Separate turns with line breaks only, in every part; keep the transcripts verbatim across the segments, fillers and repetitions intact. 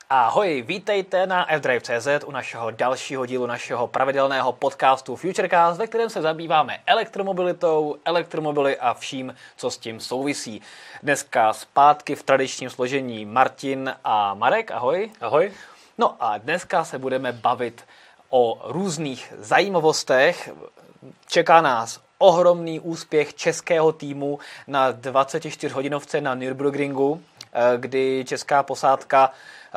Ahoj, vítejte na F Drive tečka cé zet u našeho dalšího dílu našeho pravidelného podcastu Futurecast, ve kterém se zabýváme elektromobilitou, elektromobily a vším, co s tím souvisí. Dneska zpátky v tradičním složení Martin a Marek, ahoj.
Ahoj.
No a dneska se budeme bavit o různých zajímavostech. Čeká nás ohromný úspěch českého týmu na dvacetičtyřhodinovce na Nürburgringu, kdy česká posádka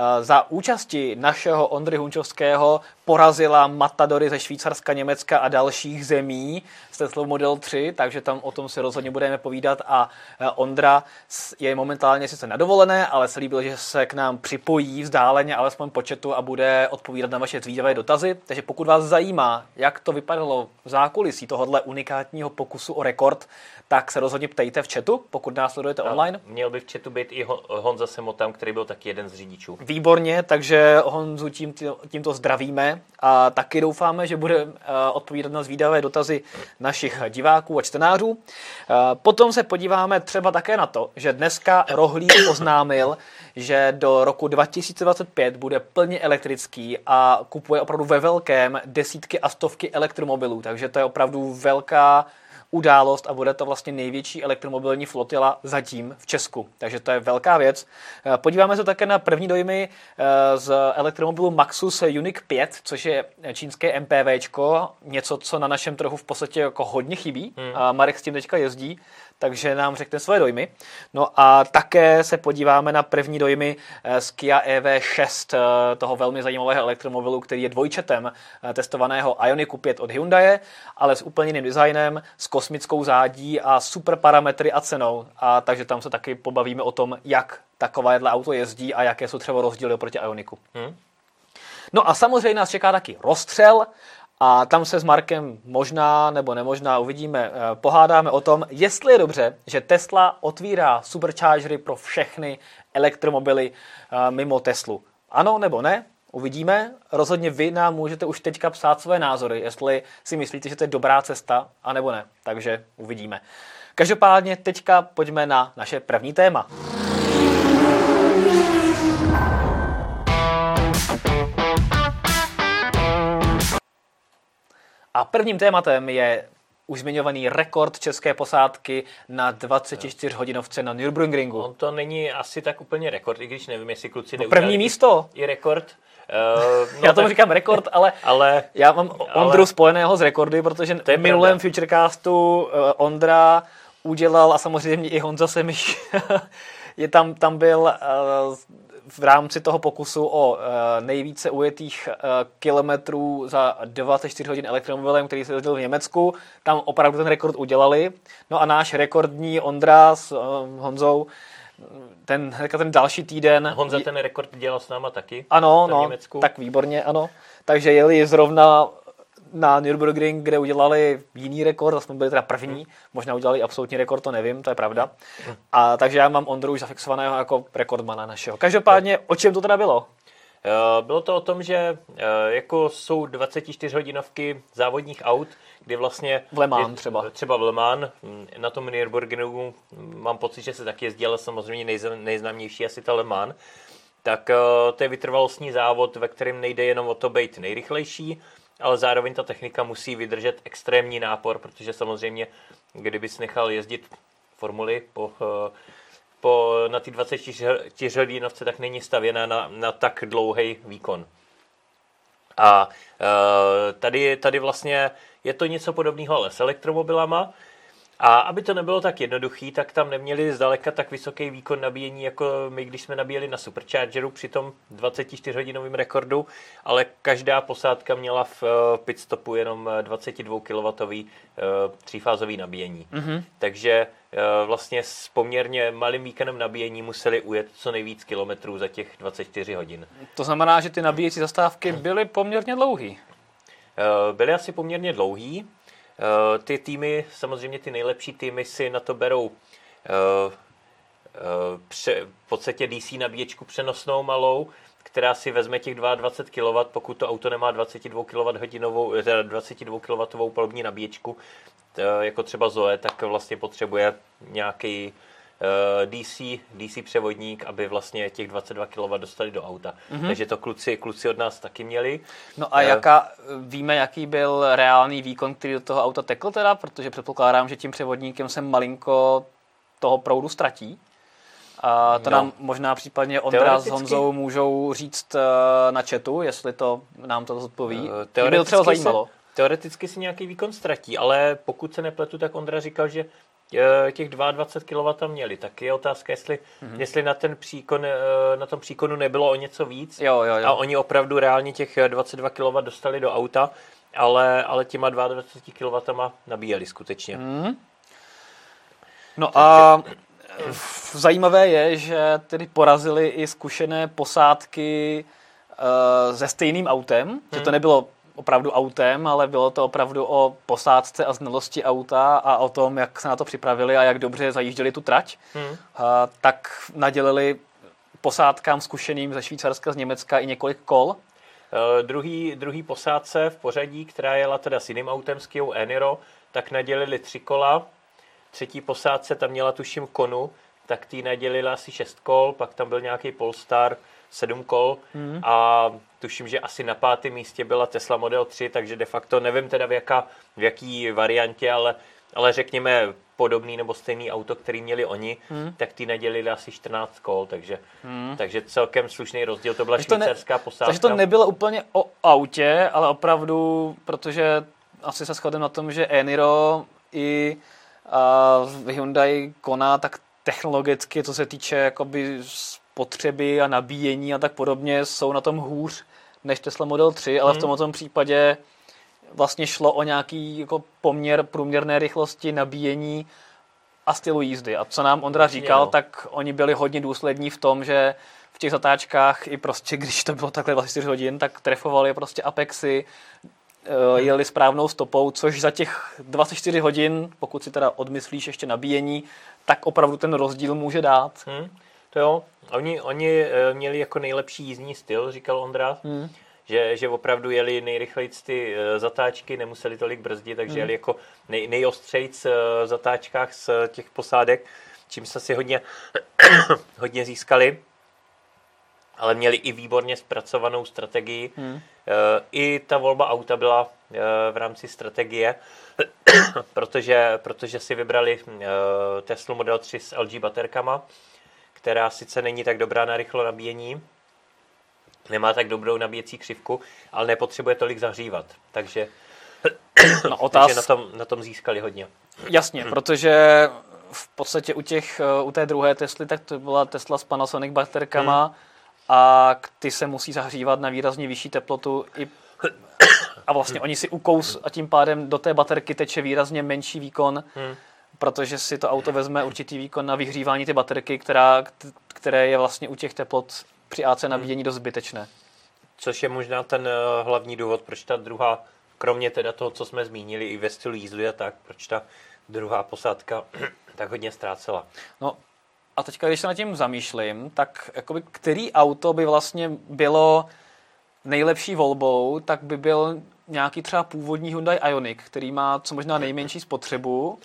za účasti našeho Ondry Hunčovského porazila matadory ze Švýcarska, Německa a dalších zemí z Tesla Model tři, takže tam o tom si rozhodně budeme povídat a Ondra je momentálně sice na dovolené, ale se líbilo, že se k nám připojí vzdáleně, alespoň po chatu a bude odpovídat na vaše zvídavé dotazy. Takže pokud vás zajímá, jak to vypadalo v zákulisí tohohle unikátního pokusu o rekord, tak se rozhodně ptejte v chatu, pokud nás sledujete
a
online.
Měl by v chatu být i Honza Semotam, který byl taky jeden z řidičů.
Výborně, takže Honzu tím, tímto zdravíme a taky doufáme, že bude odpovídat na zvídavé dotazy našich diváků a čtenářů. Potom se podíváme třeba také na to, že dneska Rohlík oznámil, že do roku dva tisíce dvacet pět bude plně elektrický a kupuje opravdu ve velkém desítky a stovky elektromobilů, takže to je opravdu velká událost a bude to vlastně největší elektromobilní flotila zatím v Česku. Takže to je velká věc. Podíváme se také na první dojmy z elektromobilu Maxus Unique pět, což je čínské MPVčko, něco, co na našem trhu v podstatě jako hodně chybí. Hmm. A Marek s tím teďka jezdí, takže nám řekne svoje dojmy. No a také se podíváme na první dojmy z Kia E V šest, toho velmi zajímavého elektromobilu, který je dvojčetem testovaného Ioniqu pět od Hyundai, ale s úplně jiným designem, s kosmickou zádí a super parametry a cenou. A takže tam se taky pobavíme o tom, jak takovéhle auto jezdí a jaké jsou třeba rozdíly oproti Ioniqu. Hmm. No a samozřejmě nás čeká taky rozstřel. A tam se s Markem možná nebo nemožná uvidíme, pohádáme o tom, jestli je dobře, že Tesla otvírá superchargery pro všechny elektromobily mimo Teslu. Ano nebo ne? Uvidíme. Rozhodně vy nám můžete už teďka psát své názory, jestli si myslíte, že to je dobrá cesta, anebo ne. Takže uvidíme. Každopádně teďka pojďme na naše první téma. A prvním tématem je už zmiňovaný rekord české posádky na dvacetičtyřhodinovce na Nürburgringu.
On to není asi tak úplně rekord, i když nevím, jestli kluci
no, první místo.
I rekord.
Uh, no já tomu tak, říkám rekord, ale, ale já mám Ondru ale, spojeného z rekordy, protože v minulém pravda. Futurecastu uh, Ondra udělal, a samozřejmě i Honza Semiš, je tam, tam byl uh, v rámci toho pokusu o uh, nejvíce ujetých uh, kilometrů za dvacet čtyři hodin elektromobilem, který se jezdil v Německu. Tam opravdu ten rekord udělali. No a náš rekordní Ondra s uh, Honzou, ten, ten další týden...
Honza ten rekord dělal s náma taky.
Ano, no, Německu. Tak výborně, ano. Takže jeli zrovna na Nürburgring, kde udělali jiný rekord, a jsme byli teda první, hmm. možná udělali absolutní rekord, to nevím, to je pravda. A takže já mám Ondru už zafixovaného jako rekordmana našeho. Každopádně, no. O čem to teda bylo?
Bylo to o tom, že jako jsou dvacetičtyřhodinovky závodních aut, kdy vlastně...
V Le Mans třeba.
Třeba v Le Mans, na tom Nürburgringu mám pocit, že se taky jezdí, ale samozřejmě nejznámější asi ta Le Mans. Tak to je vytrvalostní závod, ve kterém nejde jenom o to být nejrychlejší, ale zároveň ta technika musí vydržet extrémní nápor, protože samozřejmě, kdybys nechal jezdit formuli po, po, na ty dvacetičtyřhodinovce, tak není stavěna na, na tak dlouhý výkon. A tady, tady vlastně je to něco podobného, ale s elektromobilama. A aby to nebylo tak jednoduchý, tak tam neměli zdaleka tak vysoký výkon nabíjení, jako my, když jsme nabíjeli na Superchargeru při tom dvacetičtyřhodinovém rekordu, ale každá posádka měla v pitstopu jenom dvacetidvoukilowattové třífázové nabíjení. Mm-hmm. Takže vlastně s poměrně malým výkonem nabíjení museli ujet co nejvíc kilometrů za těch dvacet čtyři hodin.
To znamená, že ty nabíjecí zastávky byly poměrně dlouhý.
Byly asi poměrně dlouhý. Ty týmy, samozřejmě ty nejlepší týmy si na to berou uh, uh, pře, v podstatě D C nabíječku přenosnou malou, která si vezme těch dvacet dva kilowattů, pokud to auto nemá dvacet dva kilowattů, teda dvacet dva kilowattů palubní nabíječku, to, jako třeba Zoe, tak vlastně potřebuje nějaký D C, D C převodník, aby vlastně těch dvacet dva kilowattů dostali do auta. Mm-hmm. Takže to kluci, kluci od nás taky měli.
No a jaká, víme, jaký byl reálný výkon, který do toho auta tekl teda, protože předpokládám, že tím převodníkem se malinko toho proudu ztratí. A to no. nám možná případně Ondra s Honzou můžou říct na chatu, jestli to nám to zodpoví. Mě by to třeba zajímalo.
Se, teoreticky si nějaký výkon ztratí, ale pokud se nepletu, tak Ondra říkal, že těch dvacet dva kilowattů měli. Tak je otázka, jestli, mm-hmm. jestli na, ten příkon, na tom příkonu nebylo o něco víc.
Jo, jo, jo.
A oni opravdu reálně těch dvacet dva kilowattů dostali do auta, ale, ale těma dvacet dva kilowattů nabíjeli skutečně. Mm.
No a zajímavé je, že tedy porazili i zkušené posádky uh, se stejným autem, hmm. že to nebylo opravdu autem, ale bylo to opravdu o posádce a znalosti auta a o tom, jak se na to připravili a jak dobře zajížděli tu trať. Hmm. Uh, tak nadělili posádkám zkušeným ze Švýcarska, z Německa i několik kol.
Uh, druhý, druhý posádce v pořadí, která jela teda s jiným autem, s Kiou Eniro, tak nadělili tři kola. Třetí posádce tam měla tuším Konu, tak tý nadělila asi šest kol, pak tam byl nějaký Polestar, sedm kol mm. a tuším, že asi na pátém místě byla Tesla Model tři, takže de facto nevím teda v, jaká, v jaký variantě, ale, ale řekněme podobný nebo stejný auto, který měli oni, mm. tak ty nadělili asi čtrnáct kol, takže, mm. takže celkem slušný rozdíl, to byla takže švýcarská
ne,
posádka.
Takže to nebylo úplně o autě, ale opravdu, protože asi se shodem na tom, že Eniro i a Hyundai Kona, tak technologicky, co se týče jakoby spotřeby a nabíjení a tak podobně, jsou na tom hůř než Tesla Model tři, ale hmm. v tomto případě vlastně šlo o nějaký jako poměr průměrné rychlosti nabíjení a stylu jízdy. A co nám Ondra říkal, no. tak oni byli hodně důslední v tom, že v těch zatáčkách i prostě, když to bylo takhle dvacet čtyři hodin, tak trefovali prostě apexy, jeli správnou stopou, což za těch dvacet čtyři hodin, pokud si teda odmyslíš ještě nabíjení, tak opravdu ten rozdíl může dát. Hmm,
to jo. Oni, oni měli jako nejlepší jízdní styl, říkal Ondra, hmm. že, že opravdu jeli nejrychleji ty zatáčky, nemuseli tolik brzdit, takže hmm. jeli jako nej, nejostřejc v zatáčkách z těch posádek, čím se si hodně, hodně získali. Ale měli i výborně zpracovanou strategii. Hmm. I ta volba auta byla v rámci strategie, protože, protože si vybrali Tesla Model tři s L G baterkama, která sice není tak dobrá na rychlo nabíjení, nemá tak dobrou nabíjecí křivku, ale nepotřebuje tolik zahřívat. Takže, no, otáz... takže na, tom, na tom získali hodně.
Jasně, protože v podstatě u, těch, u té druhé Tesly, tak to byla Tesla s Panasonic baterkama, hmm. a ty se musí zahřívat na výrazně vyšší teplotu i a vlastně oni si ukous a tím pádem do té baterky teče výrazně menší výkon, hmm. protože si to auto vezme určitý výkon na vyhřívání ty baterky, která, které je vlastně u těch teplot při A C nabíjení dost zbytečné.
Což je možná ten hlavní důvod, proč ta druhá, kromě teda toho, co jsme zmínili i ve stylu jízdy a tak, proč ta druhá posádka tak hodně ztrácela.
No, a teďka, když se nad tím zamýšlím, tak jakoby, který auto by vlastně bylo nejlepší volbou, tak by byl nějaký třeba původní Hyundai Ioniq, který má co možná nejmenší spotřebu,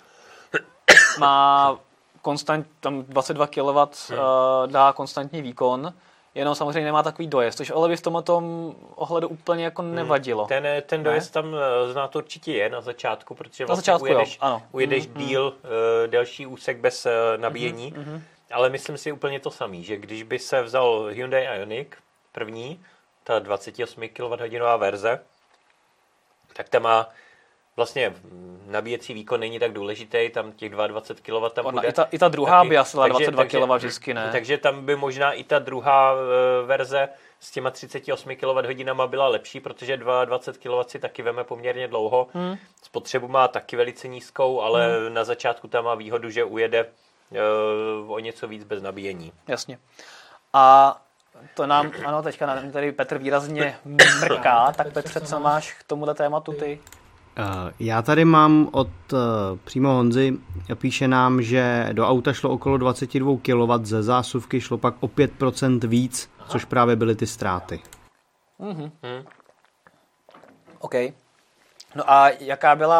má konstant, tam dvacet dva kilowattů hmm. uh, dá konstantní výkon, jenom samozřejmě nemá takový dojezd, což ale by v tomto ohledu úplně jako nevadilo.
Ten, ten dojezd ne? tam znát určitě je na začátku, protože vlastně
začátku,
ujedeš,
ano.
ujedeš
mm,
díl, mm. uh, delší úsek bez uh, nabíjení, mm, mm. ale myslím si úplně to samý, že když by se vzal Hyundai Ioniq první, ta dvacet osm kilowatthodin verze, tak ta má vlastně nabíjecí výkon není tak důležitý, tam těch dvacet dva kilowattů tam bude.
I ta, i ta druhá taky, by asi byla dvacet dva kilowattů vždycky, ne?
Takže tam by možná i ta druhá uh, verze s těma třicet osm kilowatthodinama byla lepší, protože dvacet dva kilowattů si taky veme poměrně dlouho. Hmm. Spotřebu má taky velice nízkou, ale hmm. na začátku tam má výhodu, že ujede uh, o něco víc bez nabíjení.
Jasně. A to nám, ano, teďka nám tady Petr výrazně mrká, tak Petře, co máš k tomuhle tématu ty?
Já tady mám od přímo Honzy, píše nám, že do auta šlo okolo dvacet dva kilowattů, ze zásuvky šlo pak o pět procent víc, aha, což právě byly ty ztráty.
Mhm. Hmm. OK. No a jaká byla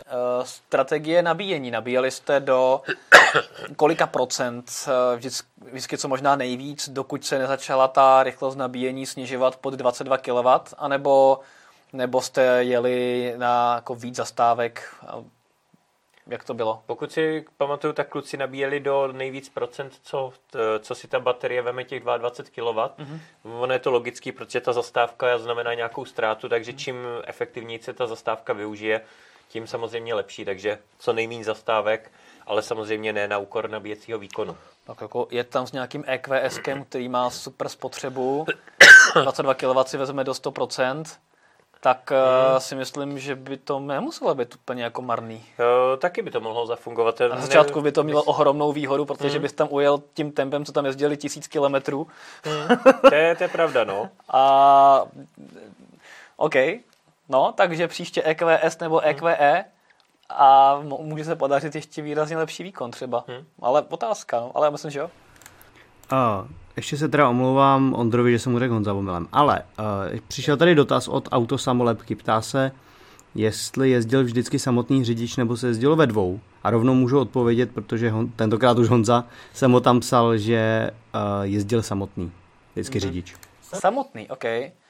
strategie nabíjení. Nabíjeli jste do kolika procent, vždycky, vždycky co možná nejvíc, dokud se nezačala ta rychlost nabíjení snižovat pod dvacet dva kilowattů, anebo nebo jste jeli na jako víc zastávek? Jak to bylo?
Pokud si pamatuju, tak kluci nabíjeli do nejvíc procent, co, co si ta baterie veme, těch dvacet dva kilowattů. Mm-hmm. Ono je to logický, protože ta zastávka znamená nějakou ztrátu, takže čím efektivněji se ta zastávka využije, tím samozřejmě lepší. Takže co nejméně zastávek, ale samozřejmě ne na úkor nabíjecího výkonu.
Tak jako je tam s nějakým EQSkem, který má super spotřebu, dvacet dva kilowattů si vezme do sto procent, tak hmm. si myslím, že by to nemuselo být úplně jako marný.
Jo, taky by to mohlo zafungovat.
Na začátku by to mělo ohromnou výhodu, protože hmm. bys tam ujel tím tempem, co tam jezdili tisíc kilometrů.
Hmm. To, je, to je pravda, no.
A OK, no, takže příště E Q S nebo E Q E a může se podařit ještě výrazně lepší výkon třeba. Hmm. Ale otázka, no, ale já myslím, že jo.
A ještě se teda omlouvám Ondrovi, že jsem mu řekl Honza omylem, ale uh, přišel tady dotaz od autosamolepky, ptá se, jestli jezdil vždycky samotný řidič nebo se jezdilo ve dvou, a rovnou můžu odpovědět, protože hon, tentokrát už Honza jsem ho tam psal, že uh, jezdil samotný, vždycky mm-hmm. řidič.
Samotný, OK.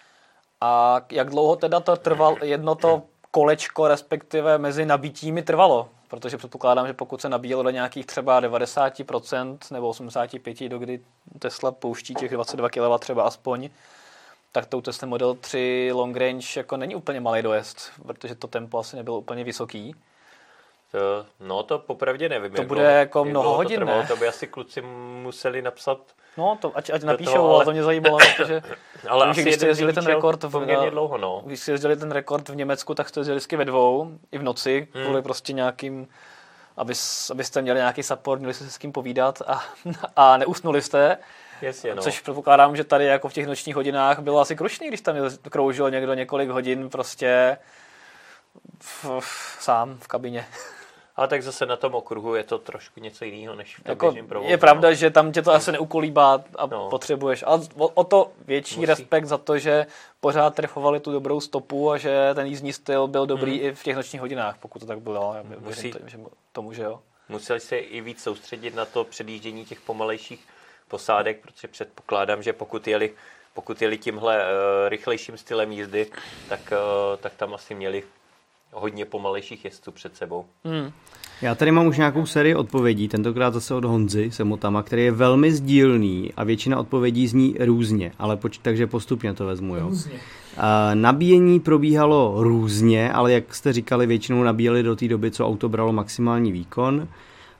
A jak dlouho teda to trvalo, jedno to kolečko respektive mezi nabítími trvalo? Protože předpokládám, že pokud se nabíjelo do nějakých třeba devadesát procent nebo osmdesát pět procent, dokdy Tesla pouští těch dvacet dva kilowattů třeba aspoň, tak tou Tesla Model tři Long Range jako není úplně malý dojezd, protože to tempo asi nebylo úplně vysoký.
To, no to popravdě nevím.
To bude dlouho, jako mnoho hodin,
to, trvalo,
ne?
To by asi kluci museli napsat.
No, to, ať, ať napíšou, toho, ale to mě zajímalo, protože
ale
vím, že když jste jezdili ten rekord v,
poměrně dlouho, no.
Když jste jezdili ten rekord v Německu, tak jste jezdili vždycky ve dvou, i v noci, hmm. kvůli prostě nějakým, aby, abyste měli nějaký support, měli jste se s kým povídat a, a neusnuli jste.
Jasně, no.
Což předpokládám, že tady jako v těch nočních hodinách bylo asi krušný, když tam kroužil někdo několik hodin prostě v, v, sám v kabině.
Ale tak zase na tom okruhu je to trošku něco jiného, než v tom
jako
běžném provozu.
Je pravda, že tam tě to asi neukolíbá a
no.
potřebuješ. Ale o, o to větší
Musí.
respekt za to, že pořád trefovali tu dobrou stopu a že ten jízdní styl byl dobrý
hmm.
i v těch nočních hodinách, pokud to tak bylo. Já
Musí.
věřím to, že tomu, že jo.
Museli se i víc soustředit na to předjíždění těch pomalejších posádek, protože předpokládám, že pokud jeli, pokud jeli tímhle uh, rychlejším stylem jízdy, tak, uh, tak tam asi měli hodně pomalejších jezdců před sebou.
Hmm.
Já tady mám už nějakou sérii odpovědí, tentokrát zase od Honzy Semotama, který je velmi sdílný a většina odpovědí zní různě, ale poč- takže postupně to vezmu. Jo.
Různě.
Uh, nabíjení probíhalo různě, ale jak jste říkali, většinou nabíjeli do té doby, co auto bralo maximální výkon. Uh,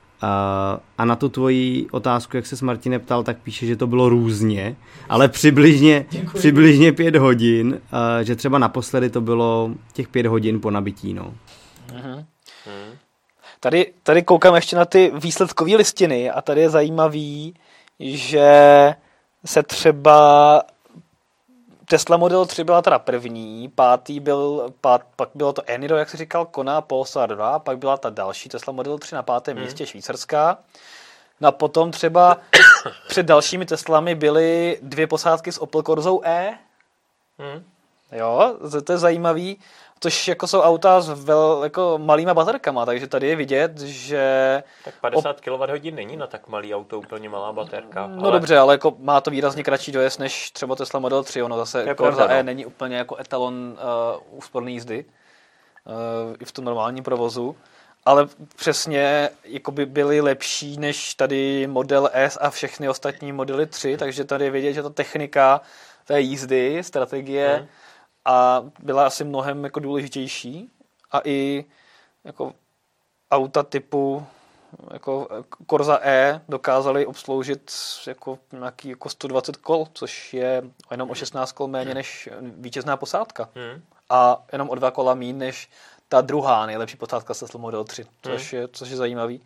a na tu tvoji otázku, jak se s Martinem ptal, tak píše, že to bylo různě, ale přibližně, přibližně pět hodin, uh, že třeba naposledy to bylo těch pět hodin po nabití. No.
Mm-hmm. Mm. Tady, tady koukám ještě na ty výsledkové listiny a tady je zajímavý, že se třeba Tesla Model tři byla teda první, pátý byl, pát, pak bylo to Eniro, jak jsi říkal, Kona, Polestar dva, pak byla ta další Tesla Model tři na pátém hmm. místě, švýcarská. No a potom třeba před dalšími Teslami byly dvě posádky s Opel Corzou E. Hmm. Jo, to je zajímavý. Což jako jsou auta s vel, jako malýma baterkama, takže tady je vidět, že...
Tak padesát kilowatthodin není na tak malý auto úplně malá baterka.
No ale... dobře, ale jako má to výrazně kratší dojezd než třeba Tesla Model tři, ono zase Corsa E no. není úplně jako etalon uh, úsporné jízdy uh, i v tom normálním provozu, ale přesně jako by byly lepší než tady Model S a všechny ostatní modely tři, takže tady je vidět, že ta technika té jízdy, strategie hmm. a byla asi mnohem jako důležitější a i jako auta typu jako Corsa E dokázali obsloužit jako nějaký jako sto dvacet kol, což je jenom o šestnáct kol méně než vítězná posádka. Hmm. A jenom o dva kola míň než ta druhá nejlepší posádka z Tesla Model tři, což je, což je zajímavý.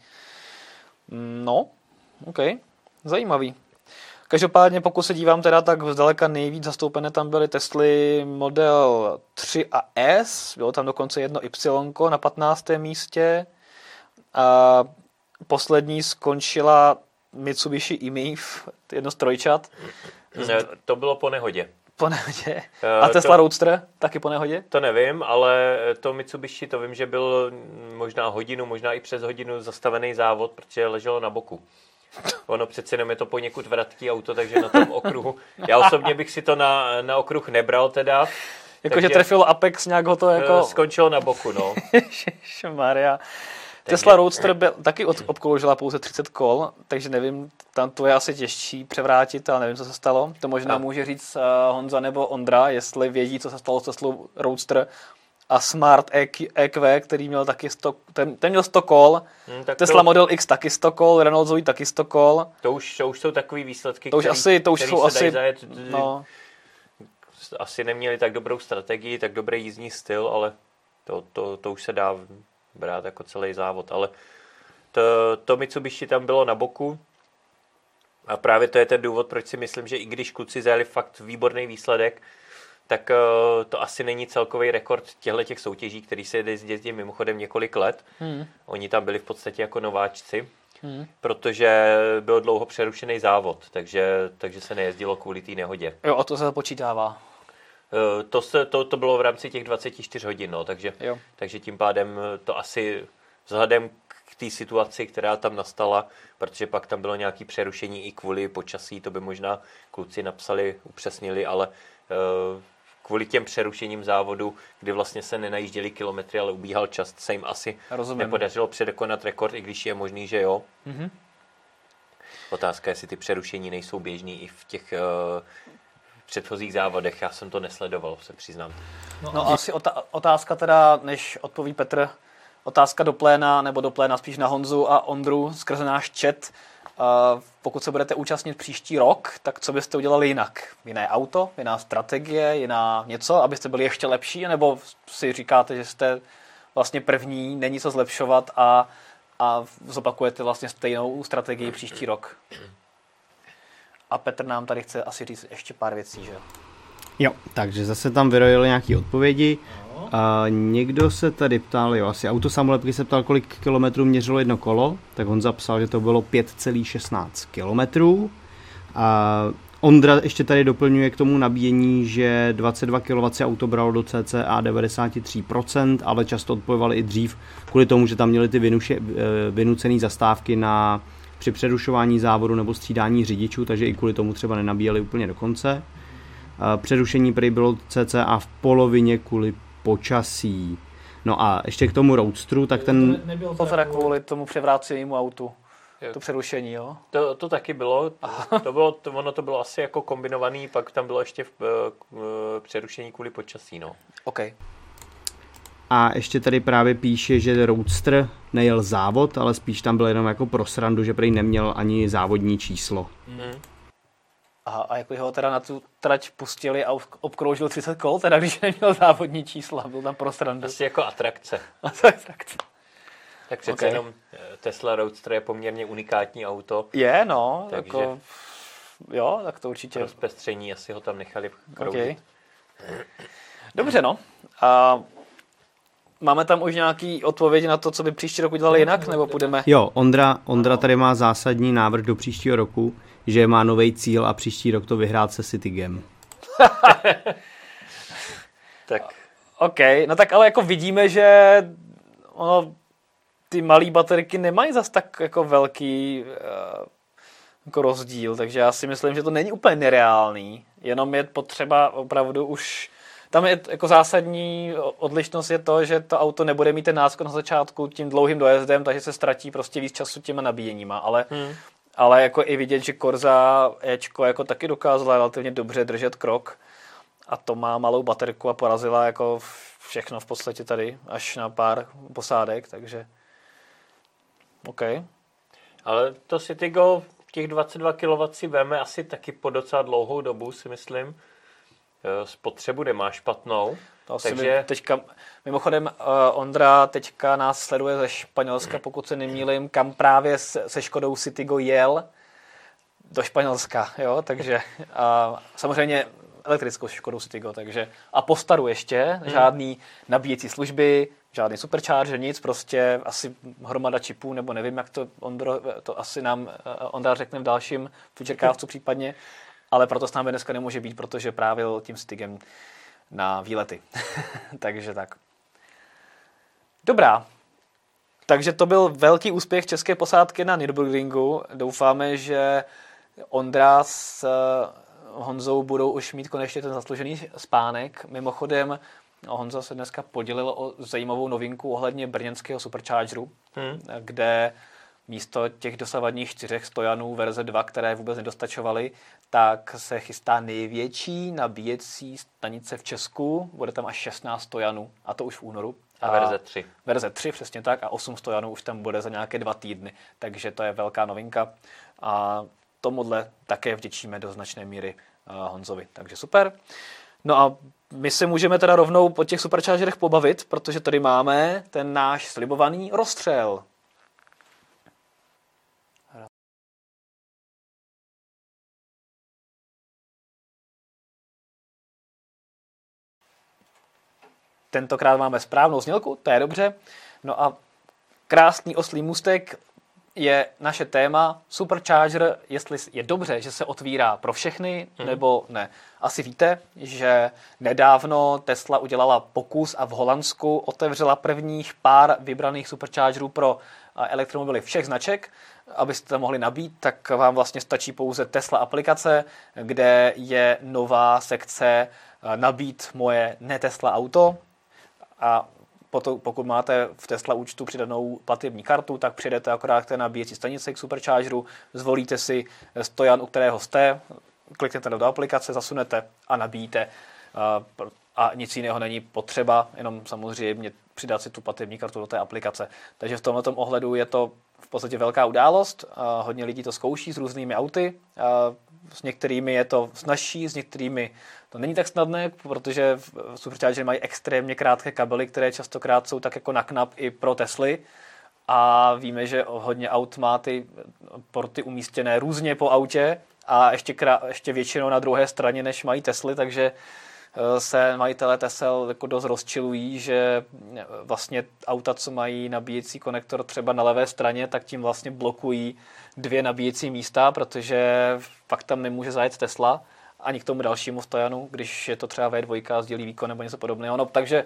No, OK, zajímavý. Každopádně, pokud se dívám teda, tak zdaleka nejvíc zastoupené tam byly Tesly Model tři a S, bylo tam dokonce jedno Y na patnáctém místě a poslední skončila Mitsubishi i M I F, jedno z trojčat.
Ne, to bylo po nehodě.
Po nehodě. A Tesla to, Roadster taky po nehodě?
To nevím, ale to Mitsubishi, to vím, že byl možná hodinu, možná i přes hodinu zastavený závod, protože leželo na boku. Ono přece jenom je to poněkud vratký auto, takže na tom okruhu. Já osobně bych si to na, na okruh nebral teda.
Jakože trefilo Apex, nějak ho to jako...
Skončilo na boku, no.
Ježišmarja. Tesla Roadster byl, taky od, obkloužila pouze třicet kol, takže nevím, tam to je asi těžší převrátit, ale nevím, co se stalo. To možná a. může říct uh, Honza nebo Ondra, jestli vědí, co se stalo s Teslou Roadster a Smart E Q, který měl taky sto, ten, ten měl sto kol, hmm, Tesla to, Model X taky sto kol, Renault Zoe taky sto kol.
To už, to už jsou takový výsledky,
to už
který,
asi, to už jsou asi,
zajet,
no.
asi neměli tak dobrou strategii, tak dobrý jízdní styl, ale to, to, to už se dá brát jako celý závod, ale to, to Mitsubishi tam bylo na boku a právě to je ten důvod, proč si myslím, že i když kluci zajeli fakt výborný výsledek, tak uh, to asi není celkový rekord těchto těch soutěží, který se jezdí mimochodem několik let. Hmm. Oni tam byli v podstatě jako nováčci, hmm. protože byl dlouho přerušený závod, takže, takže se nejezdilo kvůli té nehodě.
Jo, a to se započítává.
Uh, to, se, to, to bylo v rámci těch dvacet čtyři hodin, no, takže, takže tím pádem to asi vzhledem k té situaci, která tam nastala, protože pak tam bylo nějaké přerušení i kvůli počasí, to by možná kluci napsali, upřesnili, ale uh, kvůli těm přerušením závodu, kdy vlastně se nenajížděli kilometry, ale ubíhal čas, se jim asi Rozumím. nepodařilo předekonat rekord, i když je možný, že jo. Mm-hmm. Otázka je, jestli ty přerušení nejsou běžný i v těch uh, předchozích závodech. Já jsem to nesledoval, se přiznám.
No, no asi otázka teda, než odpoví Petr, otázka do pléna, nebo do pléna spíš na Honzu a Ondru skrze náš chat. Uh, pokud se budete účastnit příští rok, tak co byste udělali jinak? Jiné auto, jiná strategie, jiná něco, abyste byli ještě lepší, nebo si říkáte, že jste vlastně první, není co zlepšovat a, a zopakujete vlastně stejnou strategii příští rok? A Petr nám tady chce asi říct ještě pár věcí, že?
Jo, takže zase tam vyrojili nějaké odpovědi. A někdo se tady ptal, jo, asi auto samolepky se ptal, kolik kilometrů měřilo jedno kolo, tak on zapsal, že to bylo pět celá šestnáct kilometrů. A Ondra ještě tady doplňuje k tomu nabíjení, že dvacet dva kilowattů se auto bralo do cca devadesát tři procent, ale často odpojovali i dřív, kvůli tomu, že tam měli ty vynuše, vynucené zastávky na, při přerušování závodu nebo střídání řidičů, takže i kvůli tomu třeba nenabíjeli úplně do konce. A přerušení prý bylo cca v polovině kvůli počasí. No a ještě k tomu Roadsteru, tak ten...
To nebylo to teda kvůli tomu převrácenému autu, jo. To přerušení, jo?
To, to taky bylo, to bylo to, ono to bylo asi jako kombinovaný, pak tam bylo ještě v, v, přerušení kvůli počasí, no.
OK.
A ještě tady právě píše, že Roadster nejel závod, ale spíš tam byl jenom jako pro srandu, že prý neměl ani závodní číslo.
Mm.
Aha, a jako ho teda na tu trať pustili a obkroužil třicet kol, teda když neměl závodní čísla, byl tam pro srandu.
Asi jako atrakce.
atrakce.
Tak přece okay. jenom Tesla Roadster je poměrně unikátní auto.
Je, no, takže jako, jo, tak to určitě.
Rozpestření asi ho tam nechali kroudit.
Okay. Dobře, no. A máme tam už nějaký odpovědi na to, co by příští rok udělali jinak, nebo půjdeme?
Jo, Ondra, Ondra tady má zásadní návrh do příštího roku, že má nový cíl a příští rok to vyhrát se Citygem.
Tak.
OK, no tak ale jako vidíme, že ono, ty malé baterky nemají zas tak jako velký uh, jako rozdíl, takže já si myslím, že to není úplně nereálný, jenom je potřeba opravdu už, tam je jako zásadní odlišnost je to, že to auto nebude mít ten náskok na začátku tím dlouhým dojezdem, takže se ztratí prostě víc času těma nabíjeníma, ale hmm. Ale jako i vidět, že Corsa Ečko jako taky dokázala relativně dobře držet krok a to má malou baterku a porazila jako všechno v podstatě tady, až na pár posádek, takže OK.
Ale to Citigo, těch dvacet dva kilowattů si veme asi taky po docela dlouhou dobu, si myslím. Spotřebu nemá špatnou.
To takže... teďka, mimochodem uh, Ondra teďka nás sleduje ze Španělska, pokud se nemýlím, kam právě se, se Škodou Citigo jel do Španělska, jo, takže uh, samozřejmě elektrickou Škodou Citigo, takže a po staru ještě, hmm. žádný nabíjecí služby, žádný supercharger, nic, prostě asi hromada čipů, nebo nevím, jak to Ondro, to asi nám uh, Ondra řekne v dalším Futurecastcu případně. ale proto s námi dneska nemůže být, protože právě tím stygem na výlety. Takže tak. Dobrá. Takže to byl velký úspěch české posádky na Nürburgringu. Doufáme, že Ondra s Honzou budou už mít konečně ten zasloužený spánek. Mimochodem, Honza se dneska podělil o zajímavou novinku ohledně brněnského Superchargeru, hmm. kde místo těch dosavadních čtyřech stojanů verze dva, které vůbec nedostačovaly, tak se chystá největší nabíjecí stanice v Česku. Bude tam až šestnáct stojanů, a to už v únoru.
A verze tři.
Verze tři, přesně tak, a osm stojanů už tam bude za nějaké dva týdny. Takže to je velká novinka. A tomuhle také vděčíme do značné míry uh, Honzovi. Takže super. No a my se můžeme teda rovnou po těch superchargerech pobavit, protože tady máme ten náš slibovaný rozstřel. Tentokrát máme správnou znělku, to je dobře. No a krásný oslí můstek je naše téma Supercharger, jestli je dobře, že se otvírá pro všechny, hmm. nebo ne. Asi víte, že nedávno Tesla udělala pokus a v Holandsku otevřela prvních pár vybraných Superchargerů pro elektromobily všech značek. Abyste to mohli nabít, tak vám vlastně stačí pouze Tesla aplikace, kde je nová sekce nabít moje ne-Tesla auto. A pokud máte v Tesla účtu přidanou platební kartu, tak přijdete akorát k té nabíjecí stanici k Superchargeru, zvolíte si stojan, u kterého jste, kliknete do aplikace, zasunete a nabíjíte. A nic jiného není potřeba, jenom samozřejmě přidat si tu platební kartu do té aplikace. Takže v tomto ohledu je to v podstatě velká událost. Hodně lidí to zkouší s různými auty. S některými je to snazší, s některými to není tak snadné, protože Supercharger mají extrémně krátké kabely, které častokrát jsou tak jako na knap i pro Tesly. A víme, že hodně aut má ty porty umístěné různě po autě a ještě, krá, ještě většinou na druhé straně, než mají Tesly, takže se majitelé Tesel jako dost rozčilují, že vlastně auta, co mají nabíjecí konektor třeba na levé straně, tak tím vlastně blokují dvě nabíjecí místa, protože pak tam nemůže zajet Tesla ani k tomu dalšímu stojanu, když je to třeba vé dva, sdělí výkon nebo něco podobného. No, takže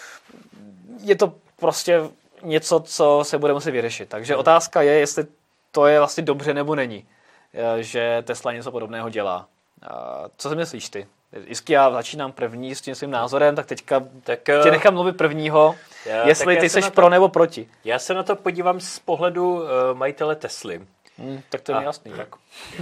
je to prostě něco, co se bude muset vyřešit. Takže hmm. otázka je, jestli to je vlastně dobře nebo není, že Tesla něco podobného dělá. Co si myslíš ty? Jistě já začínám první s tím svým názorem, tak teďka tak, tě nechám mluvit prvního, já, jestli ty seš to, pro nebo proti.
Já se na to podívám z pohledu uh, majitele Tesly.
Hmm, tak to je mi jasný. Tak.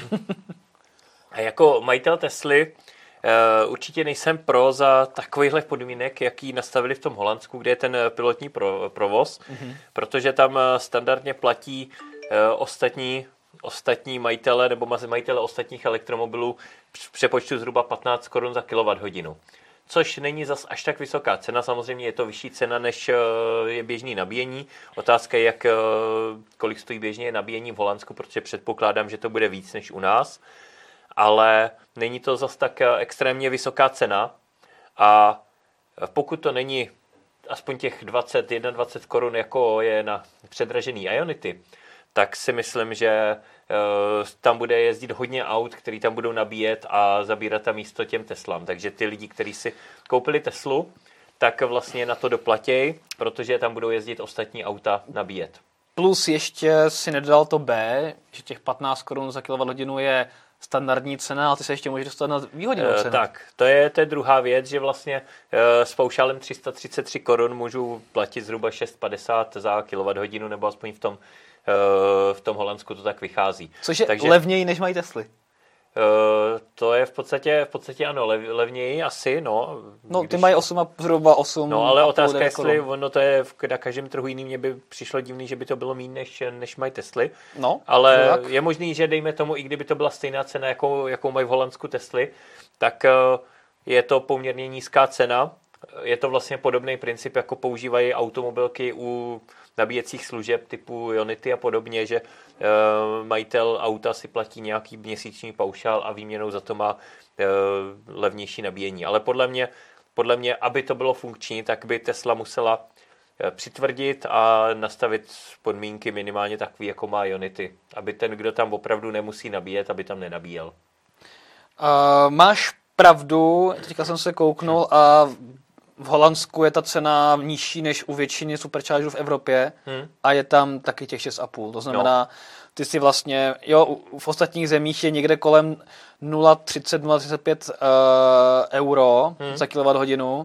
A jako majitel Tesly uh, určitě nejsem pro za takovýchhle podmínek, jaký nastavili v tom Holandsku, kde je ten pilotní pro, provoz, mm-hmm. protože tam standardně platí uh, ostatní ostatní majitele nebo majitele ostatních elektromobilů v přepočtu zhruba patnáct korun za kilowatthodinu. Což není zas až tak vysoká cena, samozřejmě je to vyšší cena, než je běžný nabíjení. Otázka je, jak, kolik stojí běžně nabíjení v Holandsku, protože předpokládám, že to bude víc než u nás. Ale není to zas tak extrémně vysoká cena a pokud to není aspoň těch dvacet, dvacet jedna korun, jako je na předražený Ionity, tak si myslím, že uh, tam bude jezdit hodně aut, který tam budou nabíjet a zabírat tam místo těm Teslám. Takže ty lidi, kteří si koupili Teslu, tak vlastně na to doplatěj, protože tam budou jezdit ostatní auta nabíjet.
Plus ještě si nedodal to B, že těch patnáct korun za kilowatthodinu je standardní cena, ale ty se ještě můžeš dostat na výhodnou cenu.
Uh, tak, to je, to je druhá věc, že vlastně uh, s paušálem tři sta třicet tři korun můžu platit zhruba šest padesát za kilowatthodinu, nebo aspoň v tom v tom Holandsku to tak vychází.
Což je
Takže,
levněji, než mají Tesly.
Uh, to je v podstatě, v podstatě ano, lev, levněji asi, no.
No, když, ty mají osm a zhruba osm.
No, ale otázka, jestli ono to je na každém trhu jiný, mě by přišlo divný, že by to bylo méně, než, než mají Tesly.
No,
ale
tak.
Je možný, že dejme tomu, i kdyby to byla stejná cena, jakou, jakou mají v Holandsku Tesly, tak uh, je to poměrně nízká cena. Je to vlastně podobný princip, jako používají automobilky u nabíjecích služeb typu Ionity a podobně, že e, majitel auta si platí nějaký měsíční paušál a výměnou za to má e, levnější nabíjení. Ale podle mě, podle mě, aby to bylo funkční, tak by Tesla musela e, přitvrdit a nastavit podmínky minimálně takový, jako má Ionity. Aby ten, kdo tam opravdu nemusí nabíjet, aby tam nenabíjel.
Uh, máš pravdu, teďka jsem se kouknul a v Holandsku je ta cena nižší než u většiny superchargerů v Evropě hmm. a je tam taky těch šest a půl. To znamená, jo. ty si vlastně, jo, v ostatních zemích je někde kolem nula celá třicet, nula celá třicet pět uh, euro hmm. za kilowatthodinu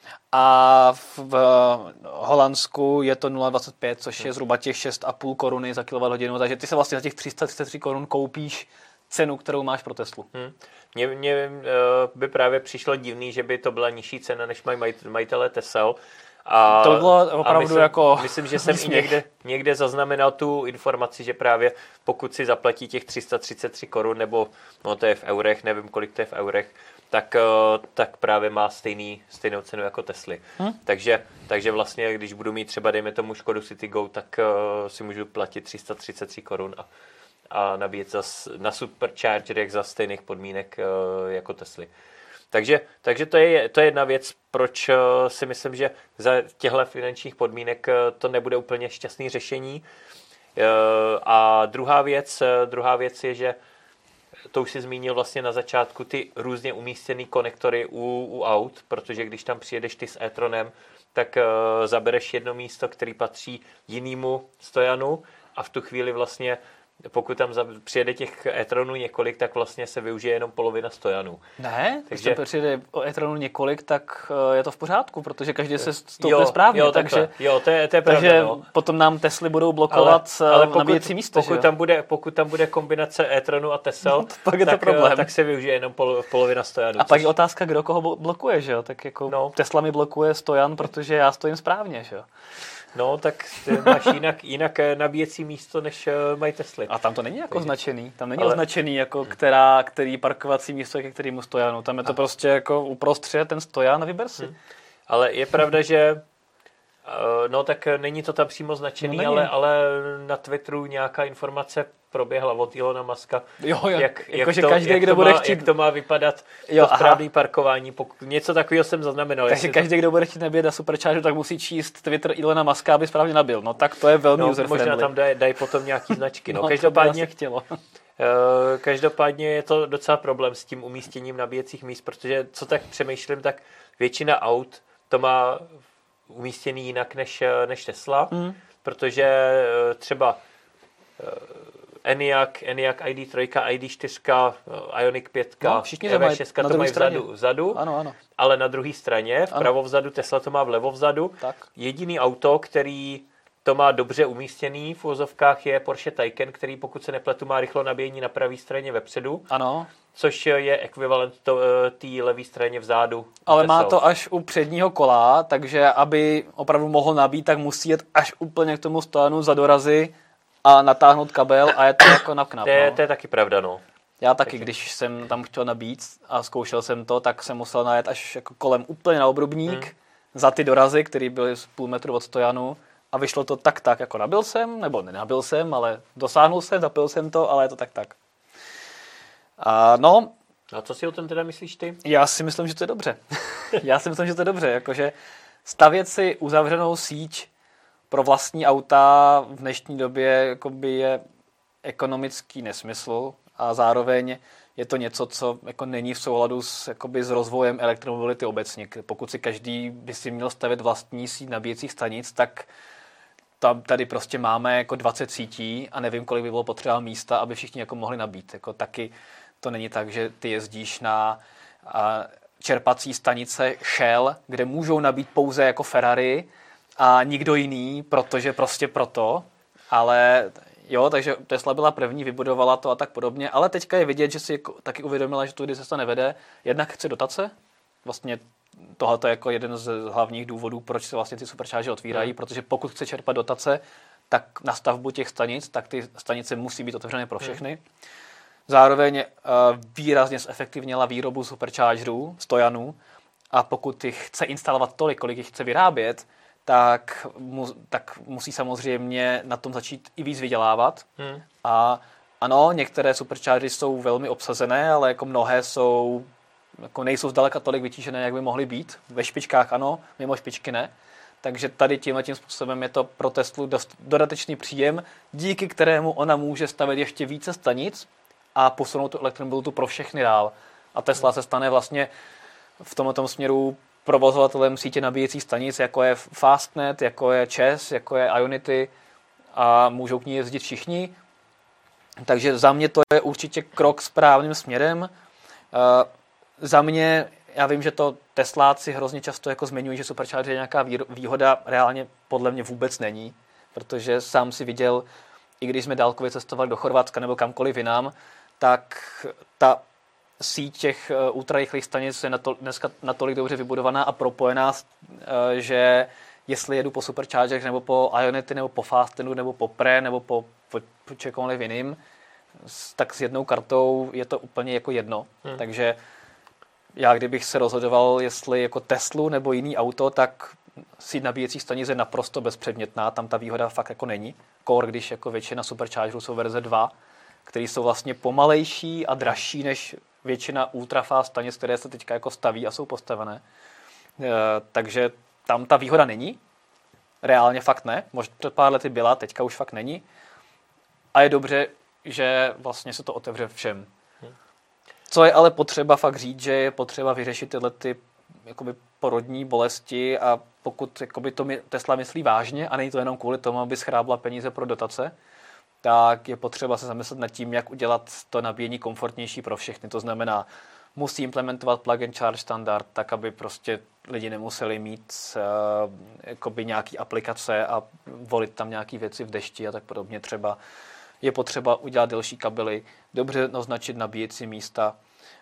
a v, v Holandsku je to nula celá dvacet pět, což hmm. je zhruba těch šest a půl koruny za kilowatthodinu, takže ty se vlastně za těch tři sta třicet tři korun koupíš cenu, kterou máš pro Teslu. Hmm.
Mně, mně uh, by právě přišlo divný, že by to byla nižší cena, než mají maj, majitelé Tesel. A,
to bylo opravdu
myslím,
jako...
Myslím, že jsem i někde, někde zaznamenal tu informaci, že právě pokud si zaplatí těch tři sta třicet tři korun, nebo no to je v eurech, nevím, kolik to je v eurech, tak, uh, tak právě má stejný, stejnou cenu jako Tesly. Hmm. Takže, takže vlastně, když budu mít třeba, dejme tomu Škodu Citigo, tak uh, si můžu platit tři sta třicet tři korun a a nabíjet zas na superchargerech za stejných podmínek uh, jako Tesly. Takže, takže to, je, to je jedna věc, proč uh, si myslím, že za těchto finančních podmínek uh, to nebude úplně šťastný řešení. Uh, a druhá věc, uh, druhá věc je, že to už si zmínil vlastně na začátku, ty různě umístěný konektory u, u aut, protože když tam přijedeš ty s e-tronem, tak uh, zabereš jedno místo, který patří jinému stojanu a v tu chvíli vlastně pokud tam přijede těch e-tronů několik, tak vlastně se využije jenom polovina stojanů.
Ne, takže když přijede e-tronů několik, tak je to v pořádku, protože každý se stoupne správně.
Jo,
takže,
jo, to je, to je pravda,
takže
no.
potom nám Tesly budou blokovat ale, ale pokud, nabíjecí místo.
Pokud tam, bude, pokud tam bude kombinace e-tronu a Tesel, no,
pak je to
tak,
problém.
tak se využije jenom pol, polovina stojanů.
A což... pak je otázka, kdo koho blokuje, že jo? Tak jako no. Tesla mi blokuje stojan, protože já stojím správně, že jo?
No, tak máš jinak, jinak nabíjecí místo, než mají Tesly.
A tam to není jako označený. Tam není ale... označený, jako která, který parkovací místo ke kterému stojanu. Tam je to a... prostě jako uprostřed ten stojan a vyber si. Hmm.
Ale je pravda, že no tak není to tam přímo značený, no, ale, ale na Twitteru nějaká informace proběhla od Elona Muska.
Jo, jo.
Jak,
jako,
jak, to, každý, jak,
kdo
to
bude
má,
chtít...
jak to má vypadat jo, to správné parkování. Pokud něco takového jsem zaznamenal.
Takže každý, to... kdo bude chtít nabíjet na superchargeru, tak musí číst Twitter Elona Muska, aby správně nabil. No tak to je velmi
no,
user-friendly.
Možná tam dají daj potom nějaký značky. No,
no
každopádně,
chtělo.
každopádně je to docela problém s tím umístěním nabíjecích míst, protože co tak přemýšlím, tak většina aut to má umístěný jinak než, než Tesla, mm. protože třeba Enyaq, Enyaq I D tři, I D čtyři, Ioniq pět,
no,
E V šest to mají vzadu, vzadu
ano, ano.
ale na druhé straně, vpravo vzadu, Tesla to má vlevo vzadu.
Tak.
Jediný auto, který to má dobře umístěný v uvozovkách, je Porsche Taycan, který pokud se nepletu má rychlo nabíjení na pravé straně vepředu.
Ano.
Což je ekvivalent té levé straně vzadu.
Ale Tesla. Má to až u předního kola, takže aby opravdu mohl nabít, tak musí jet až úplně k tomu stojanu za dorazy a natáhnout kabel a je to jako na knap.
To je,
no.
to je taky pravda, no.
Já taky, když jsem tam chtěl nabít a zkoušel jsem to, tak jsem musel najet až jako kolem úplně na obrubník hmm. za ty dorazy, které byly z půl metru od stojanu a vyšlo to tak tak, jako nabil jsem, nebo nenabil jsem, ale dosáhnul jsem, zapil jsem to, ale je to tak tak. A no.
A co si o tom teda myslíš ty?
Já si myslím, že to je dobře. Já si myslím, že to je dobře, jakože stavět si uzavřenou síť pro vlastní auta v dnešní době jakoby je ekonomický nesmysl a zároveň je to něco, co jako není v souladu s, jakoby, s rozvojem elektromobility obecně. Pokud si každý by si měl stavět vlastní síť nabíjecích stanic, tak tam tady prostě máme jako dvacet sítí a nevím, kolik by bylo potřeba místa, aby všichni jako mohli nabít. Jako taky to není tak, že ty jezdíš na a, čerpací stanice Shell, kde můžou nabít pouze jako Ferrari a nikdo jiný, protože prostě proto, ale jo, takže Tesla byla první, vybudovala to a tak podobně, ale teďka je vidět, že si taky uvědomila, že tudy cesta nevede. Jednak chce dotace, vlastně tohle je jako jeden z hlavních důvodů, proč se vlastně ty superchargery otvírají, hmm. protože pokud chce čerpat dotace, tak na stavbu těch stanic, tak ty stanice musí být otevřené pro všechny. Hmm. Zároveň uh, výrazně zefektivnila výrobu superchargerů, stojanů, a pokud jich chce instalovat tolik, kolik jich chce vyrábět, tak, mu, tak musí samozřejmě na tom začít i víc vydělávat. Hmm. A ano, některé superchargery jsou velmi obsazené, ale jako mnohé jsou, jako nejsou zdaleka tolik vytížené, jak by mohly být. Ve špičkách ano, mimo špičky ne. Takže tady tímhle tím způsobem je to pro Teslu dost dodatečný příjem, díky kterému ona může stavět ještě více stanic a posunout tu elektromobilitu pro všechny dál. A Tesla se stane vlastně v tomto směru provozovatelem sítě nabíjecích stanic, jako je Fastnet, jako je ČEZ, jako je Ionity a můžou k ní jezdit všichni. Takže za mě to je určitě krok správným směrem. Uh, za mě, já vím, že to Tesláci hrozně často jako zmiňují, že supercharger je nějaká výhoda, reálně podle mě vůbec není, protože sám si viděl, i když jsme dálkově cestovali do Chorvatska nebo kamkoliv jinam, tak ta síť těch ultrarychlých stanic je nato, dneska natolik dobře vybudovaná a propojená, že jestli jedu po superchargerech nebo po Ionity nebo po Fastenu nebo po Pre nebo po, po, po čekoliv jiným, tak s jednou kartou je to úplně jako jedno. Hmm. Takže já kdybych se rozhodoval, jestli jako Teslu nebo jiný auto, tak síť nabíjecích stanic je naprosto bezpředmětná, tam ta výhoda fakt jako není. Kor, když jako většina superchargerů jsou verze dva, které jsou vlastně pomalejší a dražší než většina ultrafast stanic, které se teďka jako staví a jsou postavené. E, takže tam ta výhoda není. Reálně fakt ne. Možná před pár lety byla, teďka už fakt není. A je dobře, že vlastně se to otevře všem. Co je ale potřeba fakt říct, že je potřeba vyřešit tyhle ty jakoby porodní bolesti a pokud jakoby to Tesla myslí vážně a není to jenom kvůli tomu, aby schrábla peníze pro dotace, tak je potřeba se zamyslet nad tím, jak udělat to nabíjení komfortnější pro všechny. To znamená, musí implementovat plug and charge standard, tak aby prostě lidi nemuseli mít uh, jakoby nějaký aplikace a volit tam nějaké věci v dešti a tak podobně. Třeba je potřeba udělat delší kabely, dobře označit nabíjecí místa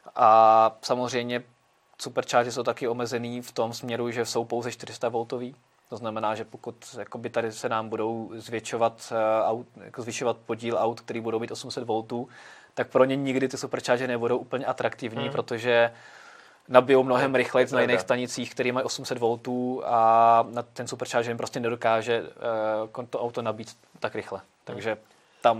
a samozřejmě superchargy jsou taky omezený v tom směru, že jsou pouze čtyři sta voltový. To znamená, že pokud jakoby tady se nám budou zvětšovat, aut, jako zvyšovat podíl aut, který budou mít osm set voltů, tak pro ně nikdy ty superchargery nebudou úplně atraktivní, hmm. protože nabijou mnohem rychleji na jiných stanicích, které mají osm set voltů a ten supercharger jim prostě nedokáže uh, to auto nabít tak rychle. Takže tam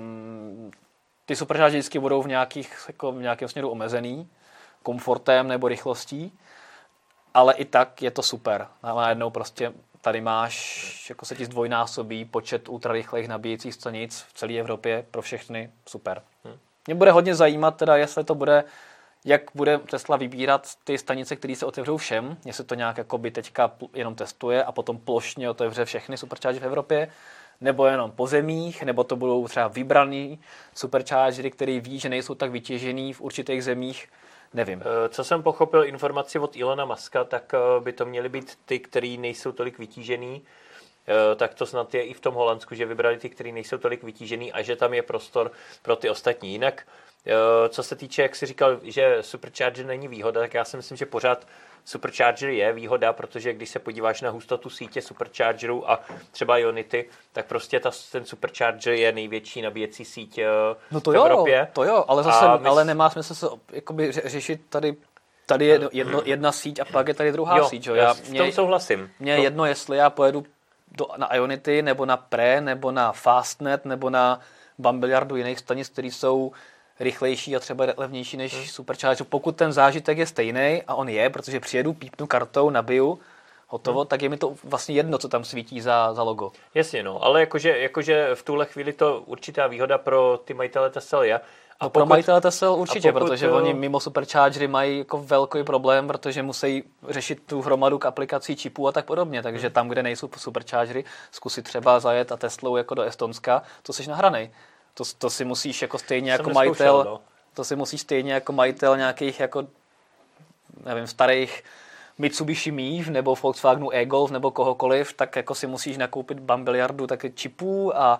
ty superchargery vždycky budou v, nějakých, jako v nějakém směru omezený komfortem nebo rychlostí, ale i tak je to super. Najednou prostě tady máš, jako se ti zdvojnásobí počet ultrarychlých nabíjecích stanic v celé Evropě pro všechny, super. Hmm. Mě bude hodně zajímat teda, jestli to bude, jak bude Tesla vybírat ty stanice, které se otevřou všem, jestli to nějak jakoby teďka jenom testuje a potom plošně otevře všechny superchargery v Evropě, nebo jenom po zemích, nebo to budou třeba vybraný superchargery, který ví, že nejsou tak vytěžený v určitých zemích. Nevím.
Co jsem pochopil informaci od Elona Muska, tak by to měly být ty, který nejsou tolik vytížený. Tak to snad je i v tom Holandsku, že vybrali ty, který nejsou tolik vytížený a že tam je prostor pro ty ostatní. Jinak, co se týče, jak jsi říkal, že supercharger není výhoda, tak já si myslím, že pořád supercharger je výhoda, protože když se podíváš na hustotu sítě superchargerů a třeba Ionity, tak prostě ta, ten supercharger je největší nabíjecí síť
no to
v
jo,
Evropě.
To jo, ale zase
my...
ale nemá smysl se jakoby řešit tady tady je jedno, jedna síť a pak je tady druhá
jo,
síť. Jo.
Já,
já
v
mě,
tom souhlasím.
Mně je
to...
jedno, jestli já pojedu do, na Ionity, nebo na Pre, nebo na Fastnet, nebo na bambiliardu jiných stanic, které jsou rychlejší a třeba levnější než hmm. supercharger. Pokud ten zážitek je stejný, a on je, protože přijedu, pípnu kartou, nabiju, hotovo, hmm. tak je mi to vlastně jedno, co tam svítí za, za logo.
Jasně, no, ale jakože, jakože v tuhle chvíli to určitá výhoda pro ty majitele Tesla je.
A no pokud, pro majitele Tesla určitě, pokud, protože
to...
oni mimo superchargery mají jako velký problém, protože musí řešit tu hromadu k aplikací čipů a tak podobně. Takže hmm. tam, kde nejsou superchargery, zkusit třeba zajet a Teslou jako do Estonska, to jsi nahranej. To, to si musíš jako stejně jako majitel, no. to si musíš stejně jako majitel nějakých jako, nevím, starých Mitsubishi Mif nebo Volkswagenu e-Golf nebo kohokoliv, tak jako si musíš nakoupit bambiliardu taky čipů a,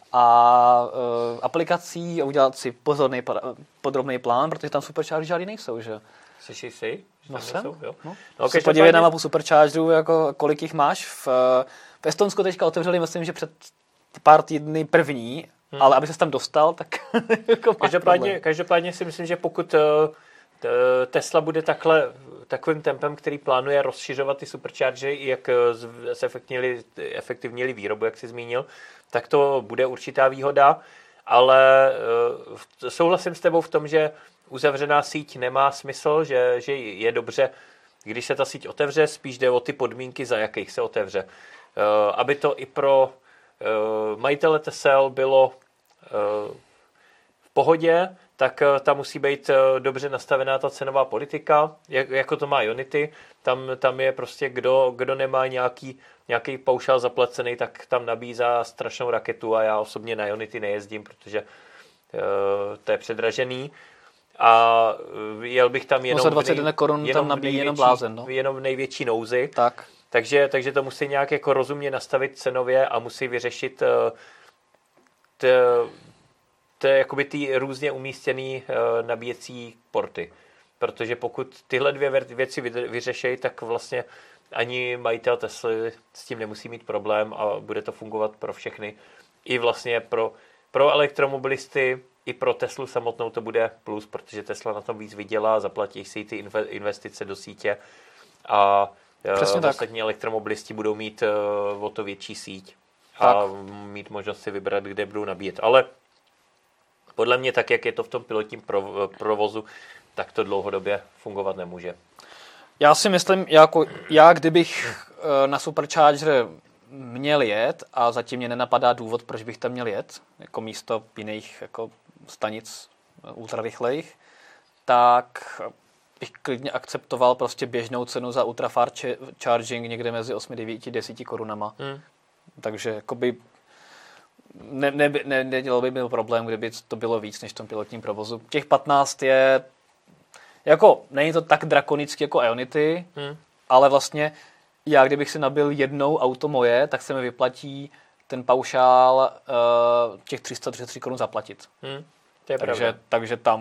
a e, aplikací a udělat si pozorný, podrobný plán, protože tam superchargery žádný nejsou, že?
Jsi si?
No jsem. Nejsou, jo? No.
No,
se podívej na mapu superchargerů, jako kolik jich máš. V, v Estonsku teďka otevřeli, myslím, že před pár týdny první, Hmm. ale aby se tam dostal, tak jako
každopádně, každopádně si myslím, že pokud Tesla bude takhle, takovým tempem, který plánuje rozšiřovat ty superchargery, jak zefektivnili, efektivnili výrobu, jak jsi zmínil, tak to bude určitá výhoda, ale souhlasím s tebou v tom, že uzavřená síť nemá smysl, že, že je dobře, když se ta síť otevře, spíš jde o ty podmínky, za jakých se otevře. Aby to i pro majitele Tesel bylo v pohodě, tak tam musí být dobře nastavená ta cenová politika, jak, jako to má Ionity. Tam, tam je prostě, kdo, kdo nemá nějaký, nějaký paušál zaplacený, tak tam nabízá strašnou raketu a já osobně na Ionity nejezdím, protože uh, to je předražený. A jel bych tam jenom,
no za dvacet
nej,
korun
jenom,
tam nabíjí
největší,
jenom blázen. No.
Jenom v největší nouzi.
Tak.
Takže, takže to musí nějak jako rozumně nastavit cenově a musí vyřešit uh, t, to je jakoby ty různě umístěný uh, nabíjecí porty. Protože pokud tyhle dvě věci vyřešejí, tak vlastně ani majitel Tesly s tím nemusí mít problém a bude to fungovat pro všechny. I vlastně pro, pro elektromobilisty, i pro Teslu samotnou to bude plus, protože Tesla na tom víc vydělá, zaplatí si ty investice do sítě a uh, ostatní elektromobilisti budou mít uh, o to větší síť a tak. mít možnost si vybrat, kde budou nabíjet. Ale podle mě tak, jak je to v tom pilotním provozu, tak to dlouhodobě fungovat nemůže.
Já si myslím, jako já kdybych na Supercharger měl jet a zatím mě nenapadá důvod, proč bych tam měl jet, jako místo jiných jako stanic ultrarychlejch, tak bych klidně akceptoval prostě běžnou cenu za ultrafast charging někde mezi osm, devět, deset korunama. Hmm. Takže jakoby ne, ne, ne, nedělal by byl problém, kdyby to bylo víc než v tom pilotním provozu. Těch patnáct je jako, není to tak drakonicky jako Ionity, hmm. ale vlastně já kdybych si nabil jednou auto moje, tak se mi vyplatí ten paušál uh, těch tři sta třicet tři korun zaplatit.
Hmm. To je
takže,
pravda.
takže tam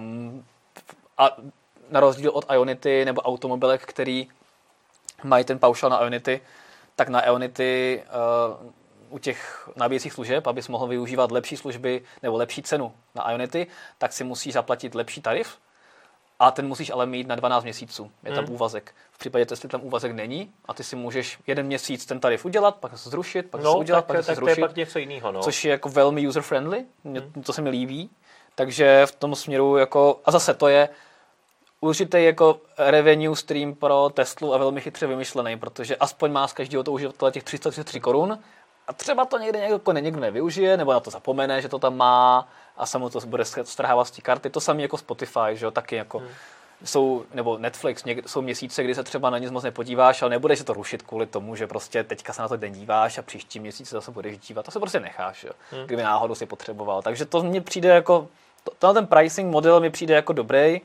a na rozdíl od Ionity nebo automobilek, který mají ten paušál na Ionity, tak na Ionity uh, u těch nabíjecích služeb, abys mohl využívat lepší služby nebo lepší cenu na Ionity, tak si musíš zaplatit lepší tarif a ten musíš ale mít na dvanáct měsíců. Je tam hmm. úvazek. V případě Tesly tam úvazek není a ty si můžeš jeden měsíc ten tarif udělat, pak se zrušit, pak
no,
se udělat,
tak,
pak
tak
se
zrušit. To je pak něco jiného. No.
Což je jako velmi user-friendly, hmm. to se mi líbí. Takže v tom směru jako, a zase to je určitý jako revenue stream pro Teslu a velmi chytře vymyšlený, protože aspoň má z každého toho uživatele těch tři sta třicet tři korun a třeba to někde někdo, někdo nevyužije, nebo na to zapomene, že to tam má a samo to bude strhávat z té karty. To samé jako Spotify, že jo, taky jako hmm. jsou, nebo Netflix, někde, jsou měsíce, kdy se třeba na nic moc nepodíváš, ale nebudeš se to rušit kvůli tomu, že prostě teďka se na to den díváš a příští měsíc se zase budeš dívat. To se prostě necháš, jo, hmm. kdyby náhodou si potřeboval. Takže to mně přijde jako, to, ten pricing model mi přijde jako dobrý,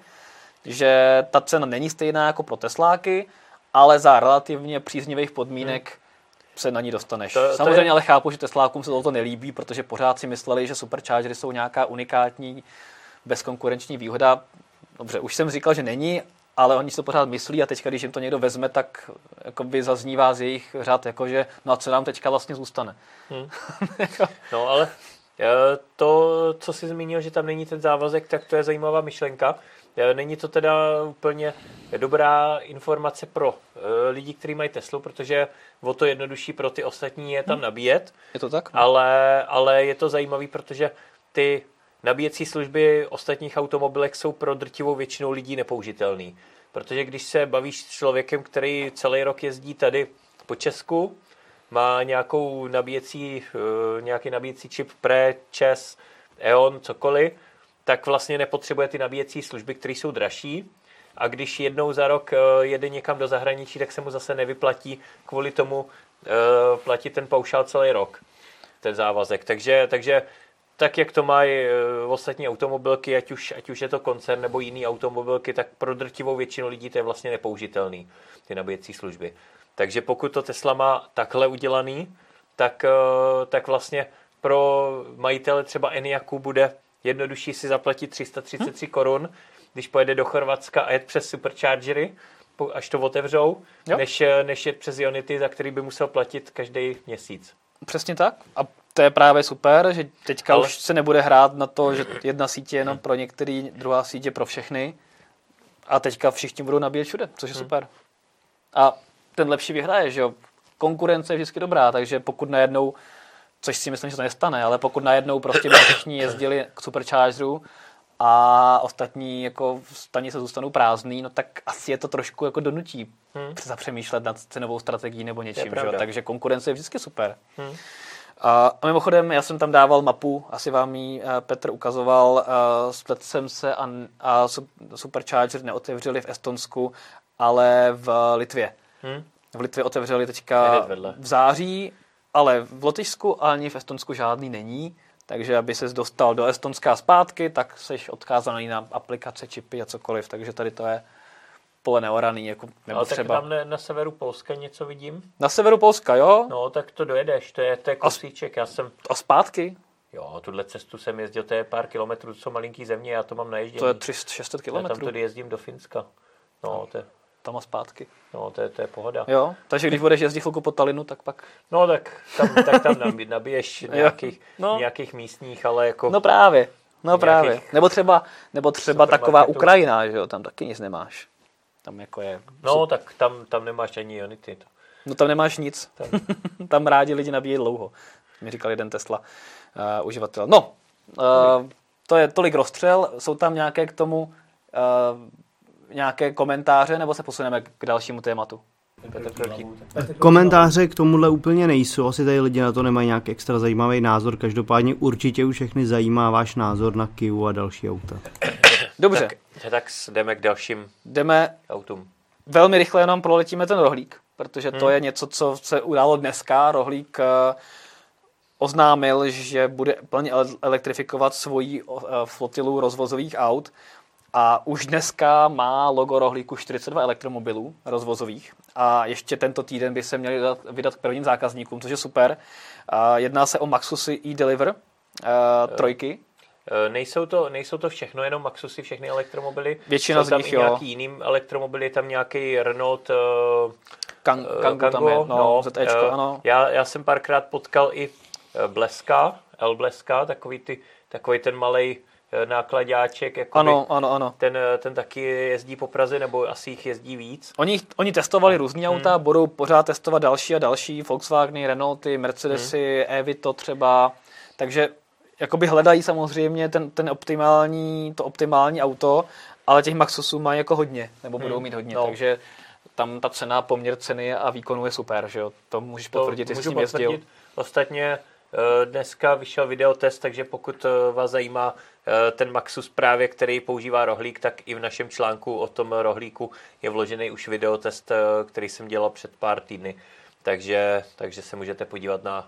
že ta cena není stejná jako pro Tesláky, ale za relativně příznivých podmínek hmm. se na ní dostaneš. To, to Samozřejmě je... ale chápu, že Teslákům se to nelíbí, protože pořád si mysleli, že superchargery jsou nějaká unikátní, bezkonkurenční výhoda. Dobře, už jsem říkal, že není, ale oni si to pořád myslí a teďka, když jim to někdo vezme, tak jakoby zaznívá z jejich řád, jakože no a co nám teďka vlastně zůstane. Hmm.
No ale to, co jsi zmínil, že tam není ten závazek, tak to je zajímavá myšlenka. Není to teda úplně dobrá informace pro lidi, kteří mají Teslu, protože o to jednodušší pro ty ostatní je tam nabíjet.
Je to tak?
Ale, ale je to zajímavý, protože ty nabíjecí služby ostatních automobilek jsou pro drtivou většinou lidí nepoužitelný. Protože když se bavíš s člověkem, který celý rok jezdí tady po Česku, má nějakou nabíjecí, nějaký nabíjecí čip Pre, Čes, E O N, cokoliv, tak vlastně nepotřebuje ty nabíjecí služby, které jsou dražší. A když jednou za rok jede někam do zahraničí, tak se mu zase nevyplatí kvůli tomu platit ten paušál celý rok, ten závazek. Takže, takže tak, jak to mají ostatní automobilky, ať už, ať už je to koncern nebo jiný automobilky, tak pro drtivou většinu lidí to je vlastně nepoužitelný, ty nabíjecí služby. Takže pokud to Tesla má takhle udělaný, tak, tak vlastně pro majitele třeba Enyaqu bude jednodušší si zaplatit tři sta třicet tři hmm. korun, když pojede do Chorvatska a jet přes superchargery, až to otevřou, než, než jet přes Ionity, za který by musel platit každý měsíc.
Přesně tak. A to je právě super, že teďka Ale... už se nebude hrát na to, že jedna síť je jenom pro některý, druhá síť je pro všechny. A teďka všichni budou nabíjet všude, což je hmm. super. A ten lepší vyhraje, že jo. Konkurence je vždycky dobrá, takže pokud najednou, což si myslím, že to nestane, ale pokud najednou prostě všichni jezdili k superchargeru a ostatní jako stanice zůstanou prázdný, no tak asi je to trošku jako donutí hmm. zapřemýšlet nad cenovou strategií nebo něčím, že? Takže konkurence je vždycky super. Hmm. A mimochodem, já jsem tam dával mapu, asi vám ji Petr ukazoval, spletl jsem se a, a Supercharger neotevřeli v Estonsku, ale v Litvě. Hmm. V Litvě otevřeli teďka v září, ale v Lotyšsku ani v Estonsku žádný není, takže aby ses dostal do Estonska zpátky, tak seš odkázaný na aplikace, čipy a cokoliv, takže tady to je pole neoraný, jako nebo
ale
třeba.
Tak tam ne, na severu Polska něco vidím?
Na severu Polska, jo?
No, tak to dojedeš, to je, to je kosíček, já jsem...
A zpátky?
Jo, tuhle cestu jsem jezdil, to je pár kilometrů, co malinký země, já to mám naježděný.
To je tři sta šest set kilometrů.
Já tam tady jezdím do Finska. No, to je...
Tam a zpátky.
No, to je, to je pohoda.
Jo, takže když budeš jezdit chvilku po Talinu, tak pak...
No, tak tam, tak tam nabiješ nějakých, no. nějakých místních, ale jako...
No právě, no právě. Nebo třeba, nebo třeba taková Ukrajina, že jo, tam taky nic nemáš. Tam jako je...
No, tak tam, tam nemáš ani Unity.
No tam nemáš nic. Tam, tam rádi lidi nabíjejí dlouho. Mi říkal jeden Tesla uh, uživatel. No, uh, to je tolik rozstřel. Jsou tam nějaké k tomu uh, nějaké komentáře, nebo se posuneme k dalšímu tématu?
Komentáře k tomuhle úplně nejsou, asi tady lidi na to nemají nějak extra zajímavý názor, každopádně určitě už všechny zajímá váš názor na Kiu a další auta.
Dobře.
Tak, tak jdeme k dalším
jdeme
autům.
Velmi rychle jenom proletíme ten rohlík, protože to hmm. je něco, co se událo dneska. Rohlík oznámil, že bude plně elektrifikovat svoji flotilu rozvozových aut a už dneska má logo rohlíku čtyřicet dva elektromobilů rozvozových a ještě tento týden by se měli vydat k prvním zákazníkům, což je super. Jedná se o Maxusy e-Deliver trojky.
Nejsou to, nejsou to všechno jenom Maxusy, všechny elektromobily.
Většina
z nich,
Jsou
tam i nějaký jiným elektromobily, je tam nějaký Renault uh,
Kang, Kangoo, Kangoo tam je, no, no, ZEčko, uh, ano.
Já, já jsem párkrát potkal i Bleska, L Bleska, takový, ty, takový ten malej nákladáček.
Ano, ano, ano.
Ten, ten taky jezdí po Praze, nebo asi jich jezdí víc.
Oni, oni testovali různý hmm. auta, budou pořád testovat další a další, Volkswageny, Renaulty, Mercedesy, hmm. Evito třeba, takže jakoby hledají samozřejmě ten, ten optimální, to optimální auto, ale těch Maxusů mají jako hodně, nebo budou hmm. mít hodně, no. takže tam ta cena, poměr ceny a výkonu je super, že jo? To můžeš potvrdit, ty jsi s ním jezdil.
Ostatně dneska vyšel videotest, takže pokud vás zajímá ten Maxus právě, který používá rohlík, tak i v našem článku o tom rohlíku je vložený už videotest, který jsem dělal před pár týdny, takže, takže se můžete podívat na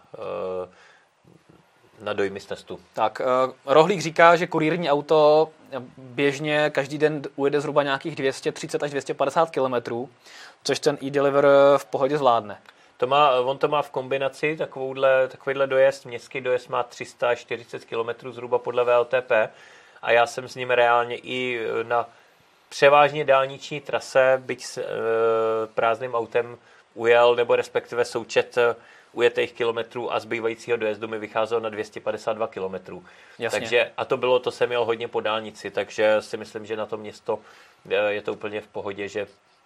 na dojmy z testu.
Tak, uh, rohlík říká, že kurýrní auto běžně každý den ujede zhruba nějakých dvě stě třicet až dvě stě padesát kilometrů, což ten e-Deliver v pohodě zvládne.
To má, on to má v kombinaci, takovouhle, takovýhle dojezd, městský dojezd má tři sta čtyřicet kilometrů zhruba podle V L T P a já jsem s ním reálně i na převážně dálniční trase, byť s e, prázdným autem ujel, nebo respektive součet ujetých kilometrů a zbývajícího dojezdu mi vycházelo na dvě stě padesát dva kilometrů. Takže, a to bylo, to jsem jel hodně po dálnici, takže si myslím, že na to město je to úplně v pohodě, že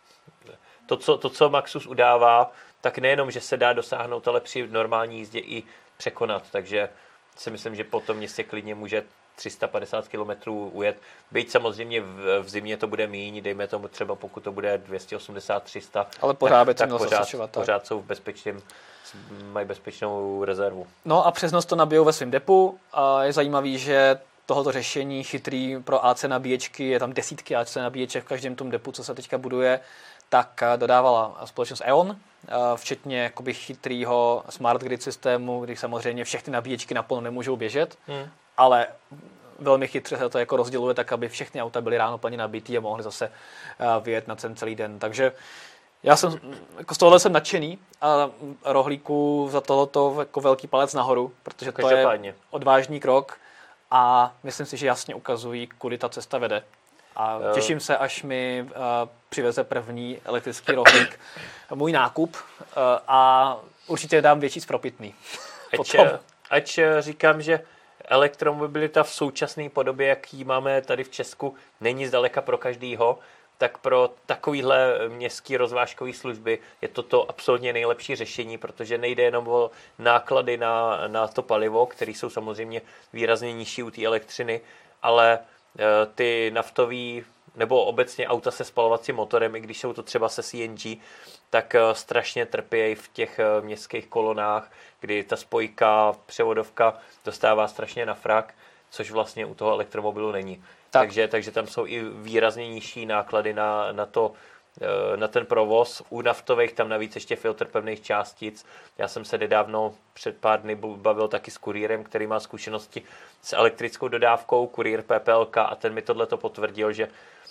to, co, to, co Maxus udává, tak nejenom, že se dá dosáhnout, ale při normální jízdě i překonat, takže si myslím, že po tom městě klidně může tři sta padesát kilometrů ujet. Byť samozřejmě v, v zimě to bude míň, dejme tomu třeba pokud to bude dvě stě osmdesát tři sta,
ale pořád,
tak, tak pořád,
tak.
pořád jsou v bezpečném, mají bezpečnou rezervu.
No a přes noc to nabijou ve svém depu a je zajímavý, že tohoto řešení chytrý pro A C nabíječky, je tam desítky A C nabíječek v každém tom depu, co se teďka buduje, tak dodávala společnost E O N, včetně jakoby chytrýho smart grid systému, kdy samozřejmě všechny nabíječky naplno nemůžou běžet, hmm. ale velmi chytře se to jako rozděluje tak, aby všechny auta byly ráno plně nabitý a mohly zase vyjet na ten celý den. Takže já jsem, jako z tohohle jsem nadšený a rohlíku za tohoto jako velký palec nahoru, protože to je odvážný krok a myslím si, že jasně ukazují, kudy ta cesta vede. A těším se, až mi uh, přiveze první elektrický rohlík můj nákup uh, a určitě dám větší zpropitný.
Ať, ať říkám, že elektromobilita v současné podobě, jak ji máme tady v Česku, není zdaleka pro každýho, tak pro takovýhle městský rozvážkový služby je toto absolutně nejlepší řešení, protože nejde jenom o náklady na, na to palivo, které jsou samozřejmě výrazně nižší u té elektřiny, ale ty naftové nebo obecně auta se spalovacím motorem, i když jsou to třeba se C N G, tak strašně trpějí v těch městských kolonách, kdy ta spojka, převodovka dostává strašně na frak, což vlastně u toho elektromobilu není. Tak. Takže, takže tam jsou i výrazně nižší náklady na, na to, na ten provoz. U naftových tam navíc ještě filtr pevných částic. Já jsem se nedávno před pár dny bavil taky s kurýrem, který má zkušenosti s elektrickou dodávkou, kurýr P P L K, a ten mi tohleto potvrdil, že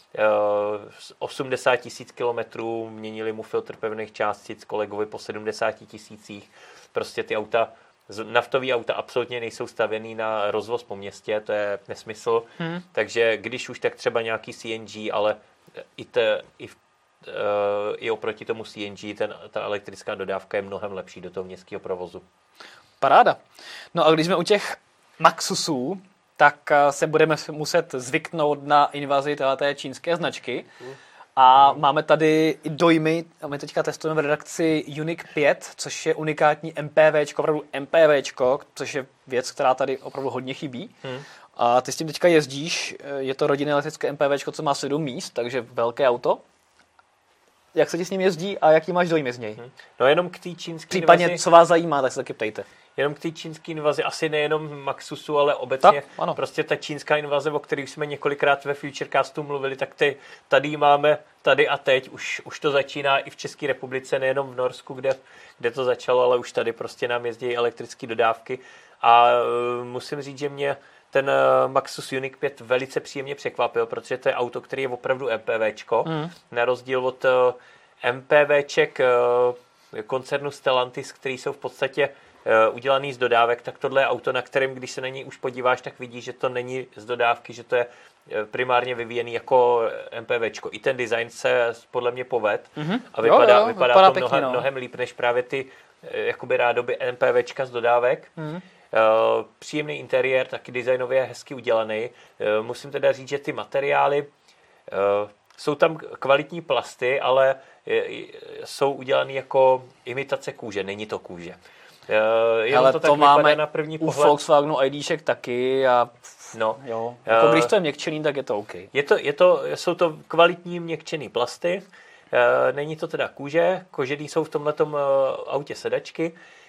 osmdesát tisíc kilometrů měnili mu filtr pevných částic, kolegovi po sedmdesáti tisících. Prostě ty auta, naftový auta absolutně nejsou stavěný na rozvoz po městě, to je nesmysl. Hmm. Takže když už, tak třeba nějaký C N G, ale i, te, i, v, uh, i oproti tomu C N G ten, ta elektrická dodávka je mnohem lepší do toho městského provozu.
Paráda. No a když jsme u těch Maxusů, tak se budeme muset zvyknout na invazi té čínské značky. A mm. máme tady i dojmy, a my teďka testujeme v redakci Uniq pět, což je unikátní MPVčko, opravdu MPVčko, což je věc, která tady opravdu hodně chybí. Mm. A ty s tím teďka jezdíš, je to rodinné elektrické MPVčko, co má sedm míst, takže velké auto. Jak se ti s ním jezdí a jaký máš dojmy z něj?
Mm. No jenom k té čínské
Případně,
invazi...
co vás zajímá, tak se taky ptejte.
Jenom k té čínské invazi, asi nejenom Maxusu, ale obecně
tak,
prostě ta čínská invaze, o které jsme několikrát ve Futurecastu mluvili, tak ty, tady máme, tady a teď, už, už to začíná i v České republice, nejenom v Norsku, kde, kde to začalo, ale už tady prostě nám jezdí elektrické dodávky a uh, musím říct, že mě ten uh, Maxus Uniq pět velice příjemně překvapil, protože to je auto, který je opravdu MPVčko, mm. na rozdíl od uh, MPVček uh, koncernu Stellantis, který jsou v podstatě udělaný z dodávek, tak tohle je auto, na kterém, když se na něj už podíváš, tak vidíš, že to není z dodávky, že to je primárně vyvíjený jako MPVčko. I ten design se podle mě poved mm-hmm. a vypadá, jo, jo, vypadá, vypadá to pěkně, mnohem, no. mnohem líp, než právě ty jakoby rádoby MPVčka z dodávek. Mm. Příjemný interiér, taky designově hezky udělaný. Musím teda říct, že ty materiály jsou tam kvalitní plasty, ale jsou udělaný jako imitace kůže, není to kůže. Uh,
ale
to,
to máme
na první
u
pohled.
Volkswagenu IDček taky a
no.
jo. Jako uh, když to je měkčený, tak je to OK.
Je to, je to, jsou to kvalitní měkčený plasty, uh, není to teda kůže, kožený jsou v tomhletom uh, autě sedačky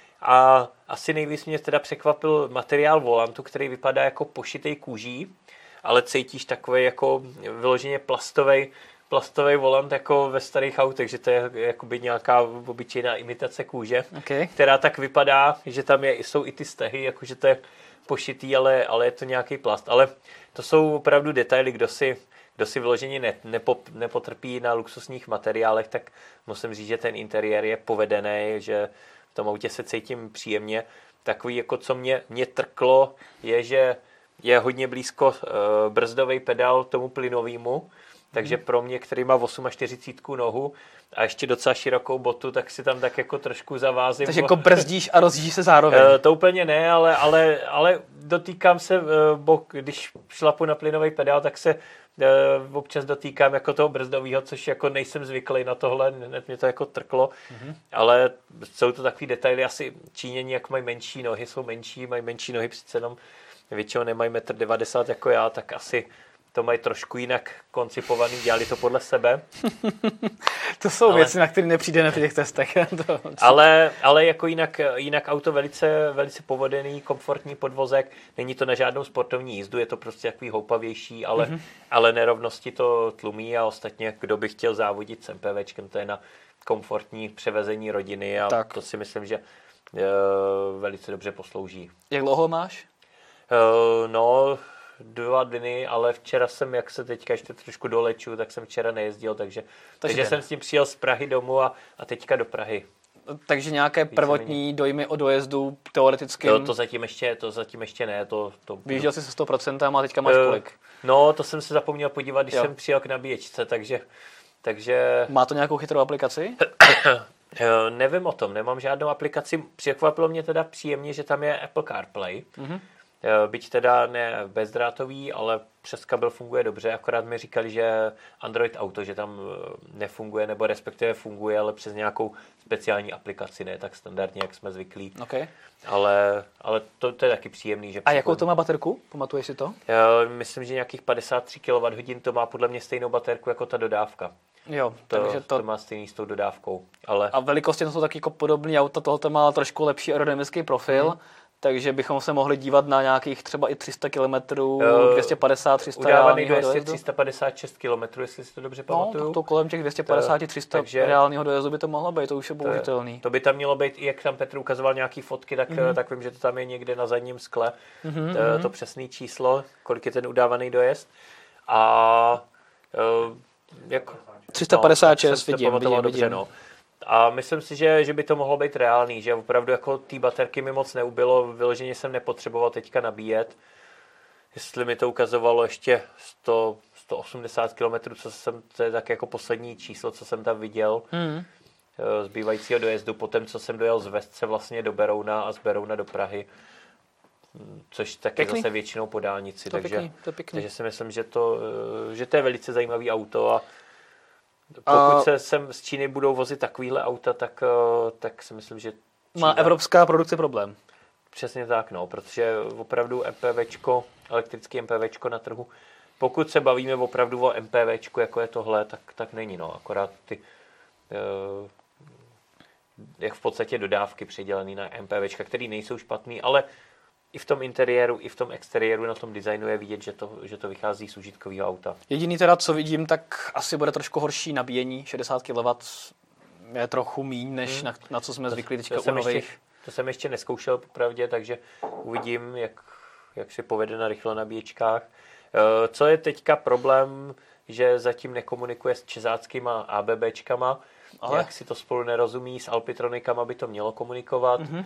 a asi nejvíc mě teda překvapil materiál volantu, který vypadá jako pošitej kůží, ale cítíš takový jako vyloženě plastovej plastový volant jako ve starých autech, že to je jakoby nějaká obyčejná imitace kůže, okay. která tak vypadá, že tam je, jsou i ty stehy, jakože to je pošitý, ale, ale je to nějaký plast. Ale to jsou opravdu detaily, kdo si, kdo si vyloženě ne, nepo, nepotrpí na luxusních materiálech, tak musím říct, že ten interiér je povedený, že v tom autě se cítím příjemně. Takový, jako co mě, mě trklo, je, že je hodně blízko uh, brzdový pedál tomu plynovému, takže pro mě, který má čtyřicet osm nohu a ještě docela širokou botu, tak si tam tak jako trošku zavázím.
Takže jako brzdíš a rozjíždíš se zároveň.
Uh, to úplně ne, ale, ale, ale dotýkám se, uh, bok, když šlapu na plynový pedál, tak se uh, občas dotýkám jako toho brzdového, což jako nejsem zvyklý na tohle, mě to jako trklo, mm-hmm. ale jsou to takový detaily, asi Číňani, jak mají menší nohy, jsou menší, mají menší nohy, přece jenom většinou nemají metr devadesát jako já, tak asi to mají trošku jinak koncipovaný, dělali to podle sebe.
To jsou ale, věci, na které nepřijde na těch testech. to,
ale, ale jako jinak, jinak auto velice, velice povodený, komfortní podvozek, není to na žádnou sportovní jízdu, je to prostě takový houpavější, ale, mm-hmm. ale nerovnosti to tlumí a ostatně, kdo by chtěl závodit s MPVčkem, to je na komfortní převezení rodiny a tak. To si myslím, že e, velice dobře poslouží.
Jak dlouho máš?
E, no... dva dny, ale včera jsem, jak se teďka ještě trošku doleču, tak jsem včera nejezdil, takže, takže jsem s tím přijel z Prahy domů a, a teďka do Prahy.
Takže nějaké prvotní dojmy o dojezdu teoreticky?
To, to, zatím ještě, to zatím ještě ne. To, to,
Vyjížděl jsi se sto procent a teďka máš kolik?
No, to jsem se zapomněl podívat, když jo. jsem přijel k nabíječce, takže, takže...
Má to nějakou chytrou aplikaci?
Nevím o tom, nemám žádnou aplikaci. Překvapilo mě teda příjemně, že tam je Apple CarPlay. Mm-hmm. byť teda ne bezdrátový, ale přes kabel funguje dobře, akorát mi říkali, že Android Auto, že tam nefunguje, nebo respektive funguje, ale přes nějakou speciální aplikaci, ne tak standardně, jak jsme zvyklí.
Okay.
Ale, ale to, to je taky příjemný. Že
a jakou to má baterku? Pamatuješ si to?
Já myslím, že nějakých padesát tři kilowatthodin to má podle mě stejnou baterku jako ta dodávka.
Jo,
to,
takže to...
to má stejný s tou dodávkou. Ale...
A velikostně to jsou taky jako podobný auta, tohle má trošku lepší aerodynamický profil, hmm. takže bychom se mohli dívat na nějakých třeba i tři sta kilometrů, dvě stě padesát tři sta
udávaný dojezd je tři sta padesát šest kilometrů, jestli si to dobře pamatuju.
No, to, to kolem těch dvě stě padesát tři sta takže... reálného dojezdu by to mohlo být, to už je použitelný.
To, to by tam mělo být, i jak tam Petr ukazoval nějaký fotky, tak, mm-hmm. tak vím, že to tam je někde na zadním skle, mm-hmm. to, to přesné číslo, kolik je ten udávaný dojezd. A uh, jak...
tři sta padesát šest,
no,
vidím, vidím,
dobře,
vidím.
No. A myslím si, že, že by to mohlo být reálný, že opravdu jako té baterky mi moc neubylo, vyloženě jsem nepotřeboval teďka nabíjet. Jestli mi to ukazovalo ještě sto, sto osmdesát kilometrů, co jsem, to je tak jako poslední číslo, co jsem tam viděl, mm. zbývajícího dojezdu, potom, co jsem dojel z Vestce vlastně do Berouna a z Berouna do Prahy, což taky pěkný. Zase většinou po dálnici,
to
takže,
pěkný, to pěkný.
takže si myslím, že to, že to je velice zajímavý auto a pokud se sem z Číny budou vozit takovýhle auta, tak, tak si myslím, že Čína...
Má evropská produkce problém.
Přesně tak, no, protože opravdu MPVčko, elektrický MPVčko na trhu, pokud se bavíme opravdu o MPVčku, jako je tohle, tak, tak není, no, akorát ty uh, jak v podstatě dodávky přidělený na MPVčka, který nejsou špatný, ale i v tom interiéru, i v tom exteriéru, na tom designu je vidět, že to, že to vychází z užitkového auta.
Jediný teda, co vidím, tak asi bude trošku horší nabíjení, šedesát kilowattů je trochu míň, než hmm. na, na co jsme zvyklí teďka u nových.
Ještě, to jsem ještě neskoušel popravdě, takže uvidím, jak, jak si povede na rychlo nabíječkách. Co je teďka problém, že zatím nekomunikuje s čezáckýma ABBčkama, ale jak si to spolu nerozumí, s Alpitronikama by to mělo komunikovat. Mm-hmm.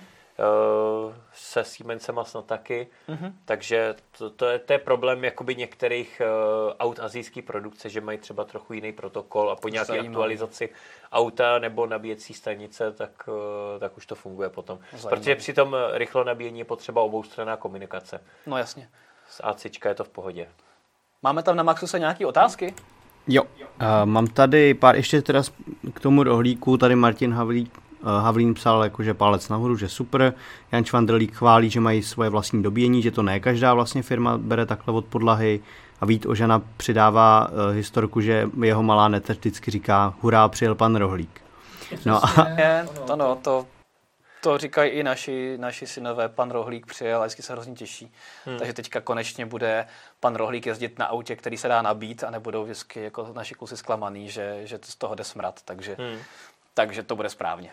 Se Siemensema snad taky, mm-hmm. takže to, to, je, to je problém jakoby některých uh, aut asijské produkce, že mají třeba trochu jiný protokol a po nějaké aktualizaci auta nebo nabíjecí stanice, tak, uh, tak už to funguje potom. Zajímavý. Protože při tom rychlo nabíjení je potřeba oboustranná komunikace.
No jasně.
S ACčka je to v pohodě.
Máme tam na Maxuse nějaké otázky?
Jo, uh, mám tady pár ještě teda k tomu rohlíku, tady Martin Havlík Havlín psal jakože palec nahoru, že super. Jan Čvandrlík chválí, že mají svoje vlastní dobíjení, že to ne každá vlastně firma bere takhle od podlahy. A Vít Ožana přidává uh, historku, že jeho malá neteř vždycky říká hurá, přijel pan Rohlík.
No a... to, no, to, to říkají i naši, naši synové, pan Rohlík přijel a vždycky se hrozně těší. Hmm. Takže teďka konečně bude pan Rohlík jezdit na autě, který se dá nabít a nebudou vždycky jako naši kusy zklamaný, že, že z toho jde smrad. Takže hmm. Takže to bude správně.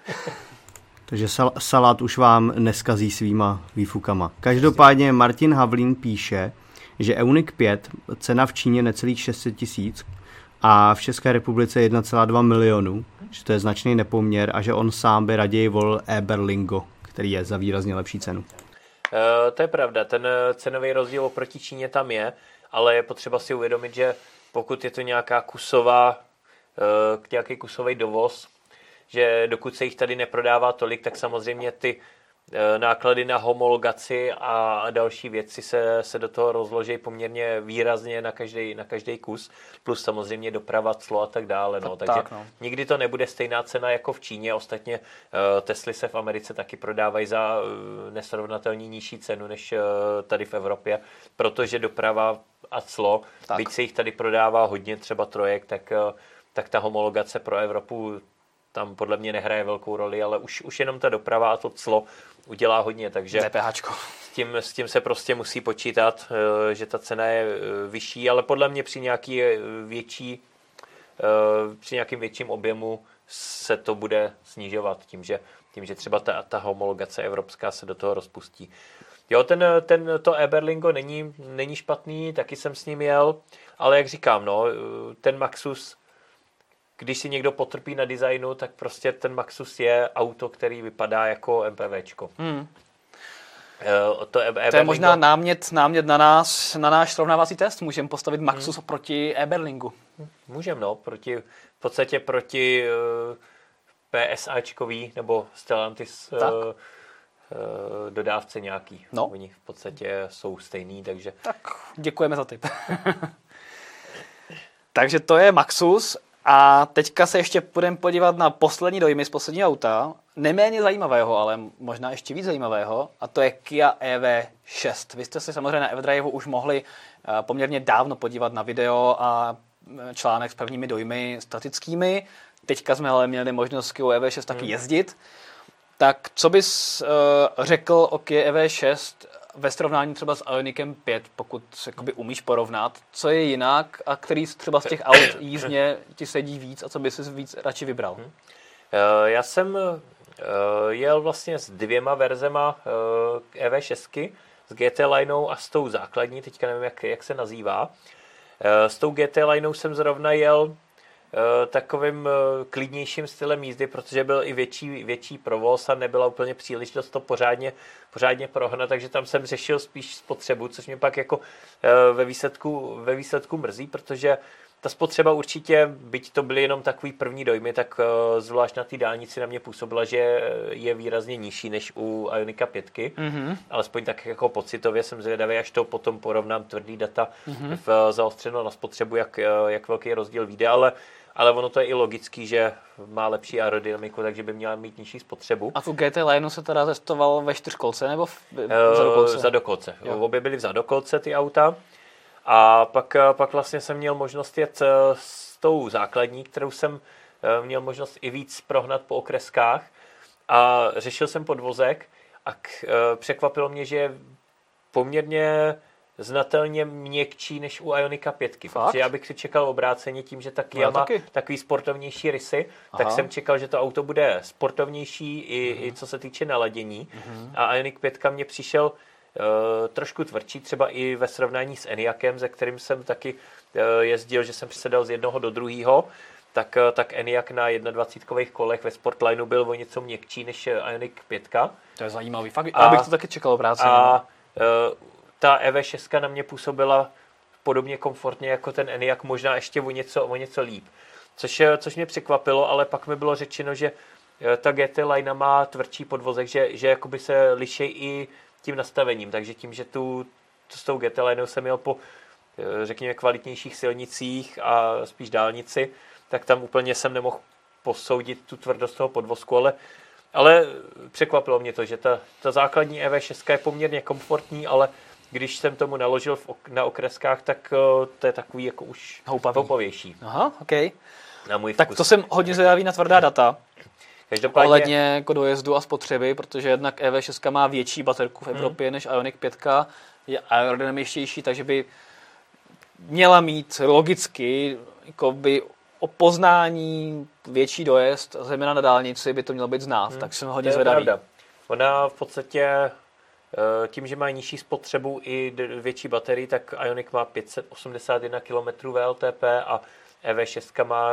Takže sal- salát už vám neskazí svýma výfukama. Každopádně Martin Havlín píše, že Euniq pět, cena v Číně necelých šest set tisíc a v České republice jedna celá dva milionu, že to je značný nepoměr a že on sám by raději volil e-Berlingo, který je za výrazně lepší cenu.
E, to je pravda, ten cenový rozdíl oproti Číně tam je, ale je potřeba si uvědomit, že pokud je to nějaká kusová, e, nějaký kusový dovoz, že dokud se jich tady neprodává tolik, tak samozřejmě ty e, náklady na homologaci a, a další věci se, se do toho rozloží poměrně výrazně na každý, na každý kus, plus samozřejmě doprava, clo a tak dále. No. Takže
tak, no.
Nikdy to nebude stejná cena jako v Číně. Ostatně e, Tesly se v Americe taky prodávají za e, nesrovnatelně nižší cenu než e, tady v Evropě, protože doprava a clo, tak. Byť se jich tady prodává hodně, třeba trojek, tak, e, tak ta homologace pro Evropu tam podle mě nehraje velkou roli, ale už, už jenom ta doprava a to clo udělá hodně, takže
DPHčko.
S tím, s tím se prostě musí počítat, že ta cena je vyšší, ale podle mě při nějaký větší, při nějakým větším objemu se to bude snižovat tím, že, tím, že třeba ta, ta homologace evropská se do toho rozpustí. Jo, ten, ten, to e-Berlingo není, není špatný, taky jsem s ním jel, ale jak říkám, no, ten Maxus, když si někdo potrpí na designu, tak prostě ten Maxus je auto, který vypadá jako MPVčko. Hmm.
To, e- to je možná námět, námět na nás, na náš srovnávací test. Můžeme postavit Maxus hmm. proti e-Berlingu.
Můžeme, no. Proti, v podstatě proti uh, PSAčkový nebo Stellantis uh, dodávce nějaký.
No.
Oni v podstatě jsou stejný, takže...
Tak děkujeme za tip. Takže to je Maxus a teďka se ještě půjdeme podívat na poslední dojmy z posledního auta. Neméně zajímavého, ale možná ještě víc zajímavého, a to je Kia E V šest. Vy jste se samozřejmě na Evdriveu už mohli poměrně dávno podívat na video a článek s prvními dojmy statickými. Teďka jsme ale měli možnost Kia E V šest taky jezdit. Tak co bys uh, řekl o Kia E V šest ve srovnání třeba s Ionicem pět, pokud jakoby umíš porovnat, co je jinak a který třeba z těch aut jízdně ti sedí víc a co bys si víc radši vybral?
Hmm. Uh, já jsem uh, jel vlastně s dvěma verzema uh, E V šest, s G T linou a s tou základní, teďka nevím, jak, jak se nazývá. Uh, s tou G T linou jsem zrovna jel takovým klidnějším stylem jízdy, protože byl i větší, větší provoz a nebyla úplně příležitost to pořádně, pořádně prohnat, takže tam jsem řešil spíš spotřebu, což mě pak jako ve výsledku, ve výsledku mrzí, protože ta spotřeba určitě, byť to byly jenom takový první dojmy, tak zvlášť na té dálnici na mě působila, že je výrazně nižší než u Ionika pět. Mm-hmm. Alespoň tak jako pocitově jsem zvědavý, až to potom porovnám tvrdý data mm-hmm. v zaostřeno na spotřebu, jak, jak velký rozdíl vyjde, ale Ale ono to je i logický, že má lepší aerodynamiku, takže by měla mít nižší spotřebu.
A tu G T lineu se teda testoval ve čtyřkolce nebo v
zadokolce? Zadokolce. Obě byly v zadokolce ty auta. A pak, pak vlastně jsem měl možnost jet s tou základní, kterou jsem měl možnost i víc prohnat po okreskách. A řešil jsem podvozek a k, překvapilo mě, že je poměrně znatelně měkčí než u Ionika pět. Protože já bych si čekal obráceně tím, že ta Kia má takový sportovnější rysy, Aha. tak jsem čekal, že to auto bude sportovnější i, uh-huh. i co se týče naladění. Uh-huh. A Ionik pět mě přišel uh, trošku tvrdší, třeba i ve srovnání s Eniakem, ze kterým jsem taky uh, jezdil, že jsem přisedal z jednoho do druhého. Tak, tak Enyaq na dvacetkových kolech ve Sportlineu byl o něco měkčí než Ionik pět.
To je zajímavý. Fakt, já bych to taky čekal obráceně.
A uh, ta E V šest na mě působila podobně komfortně jako ten Enyaq, možná ještě o něco, o něco líp. Což, což mě překvapilo, ale pak mi bylo řečeno, že ta G T line má tvrdší podvozek, že, že jakoby se liší i tím nastavením. Takže tím, že tu, tu s tou G T lineou jsem jel po, řekněme, kvalitnějších silnicích a spíš dálnici, tak tam úplně jsem nemohl posoudit tu tvrdost toho podvozku, ale Ale překvapilo mě to, že ta, ta základní E V šest je poměrně komfortní, ale když jsem tomu naložil v ok, na okreskách, tak uh, to je takový jako už houpavější.
Aha, ok.
Na můj
tak
vkus.
To jsem hodně zvědavý na tvrdá data.
Každopádně...
Ohledně jako dojezdu a spotřeby, protože jednak E V šest má větší baterku v Evropě hmm. než Ionik pět, je aerodynamičtější, takže by měla mít logicky jako by o poznání, větší dojezd, zejména na dálnici by to mělo být znát, hmm. tak jsem hodně zvědavý. Pravda.
Ona v podstatě tím, že má nižší spotřebu i větší baterii, tak Ionik má pět set osmdesát jedna kilometrů V L T P a E V šest má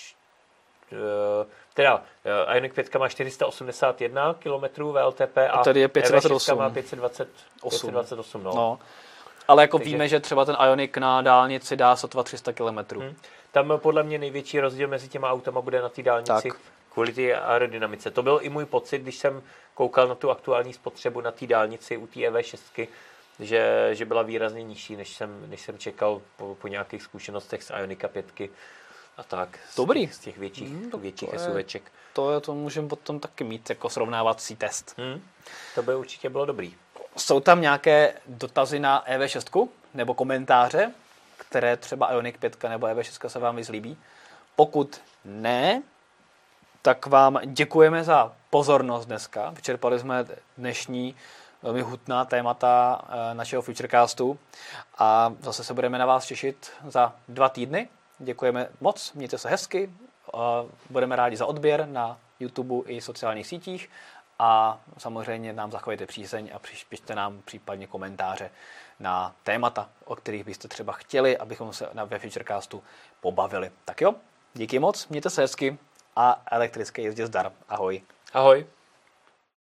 teda Ionik pět má čtyři sta osmdesát jedna kilometrů V L T P a, a
tady je pět set dvacet osm.
má pět set dvacet osm. No.
No. Ale jako Takže... víme, že třeba ten Ionik na dálnici dá sotva tři sta kilometrů. Hmm.
Tam podle mě největší rozdíl mezi těma autama bude na té dálnici tak. kvůli té aerodynamice. To byl i můj pocit, když jsem koukal na tu aktuální spotřebu na té dálnici u té E V šest, že, že byla výrazně nižší, než jsem, než jsem čekal po, po nějakých zkušenostech z Ionika pět a tak.
Dobrý.
Z těch větších,
hmm, to,
větších
to
SUVček.
Je, to, je, to můžeme potom taky mít jako srovnávací test.
Hmm, to by určitě bylo dobrý.
Jsou tam nějaké dotazy na E V šest nebo komentáře, které třeba Ionik pět nebo E V šest se vám vyzlíbí? Pokud ne, tak vám děkujeme za pozornost dneska. Vyčerpali jsme dnešní velmi hutná témata našeho Futurecastu a zase se budeme na vás těšit za dva týdny. Děkujeme moc, mějte se hezky, budeme rádi za odběr na YouTube i sociálních sítích a samozřejmě nám zachovejte přízeň a pište nám případně komentáře na témata, o kterých byste třeba chtěli, abychom se ve Futurecastu pobavili. Tak jo, díky moc, mějte se hezky a elektrické jízdě zdar. Ahoj.
Ahoj.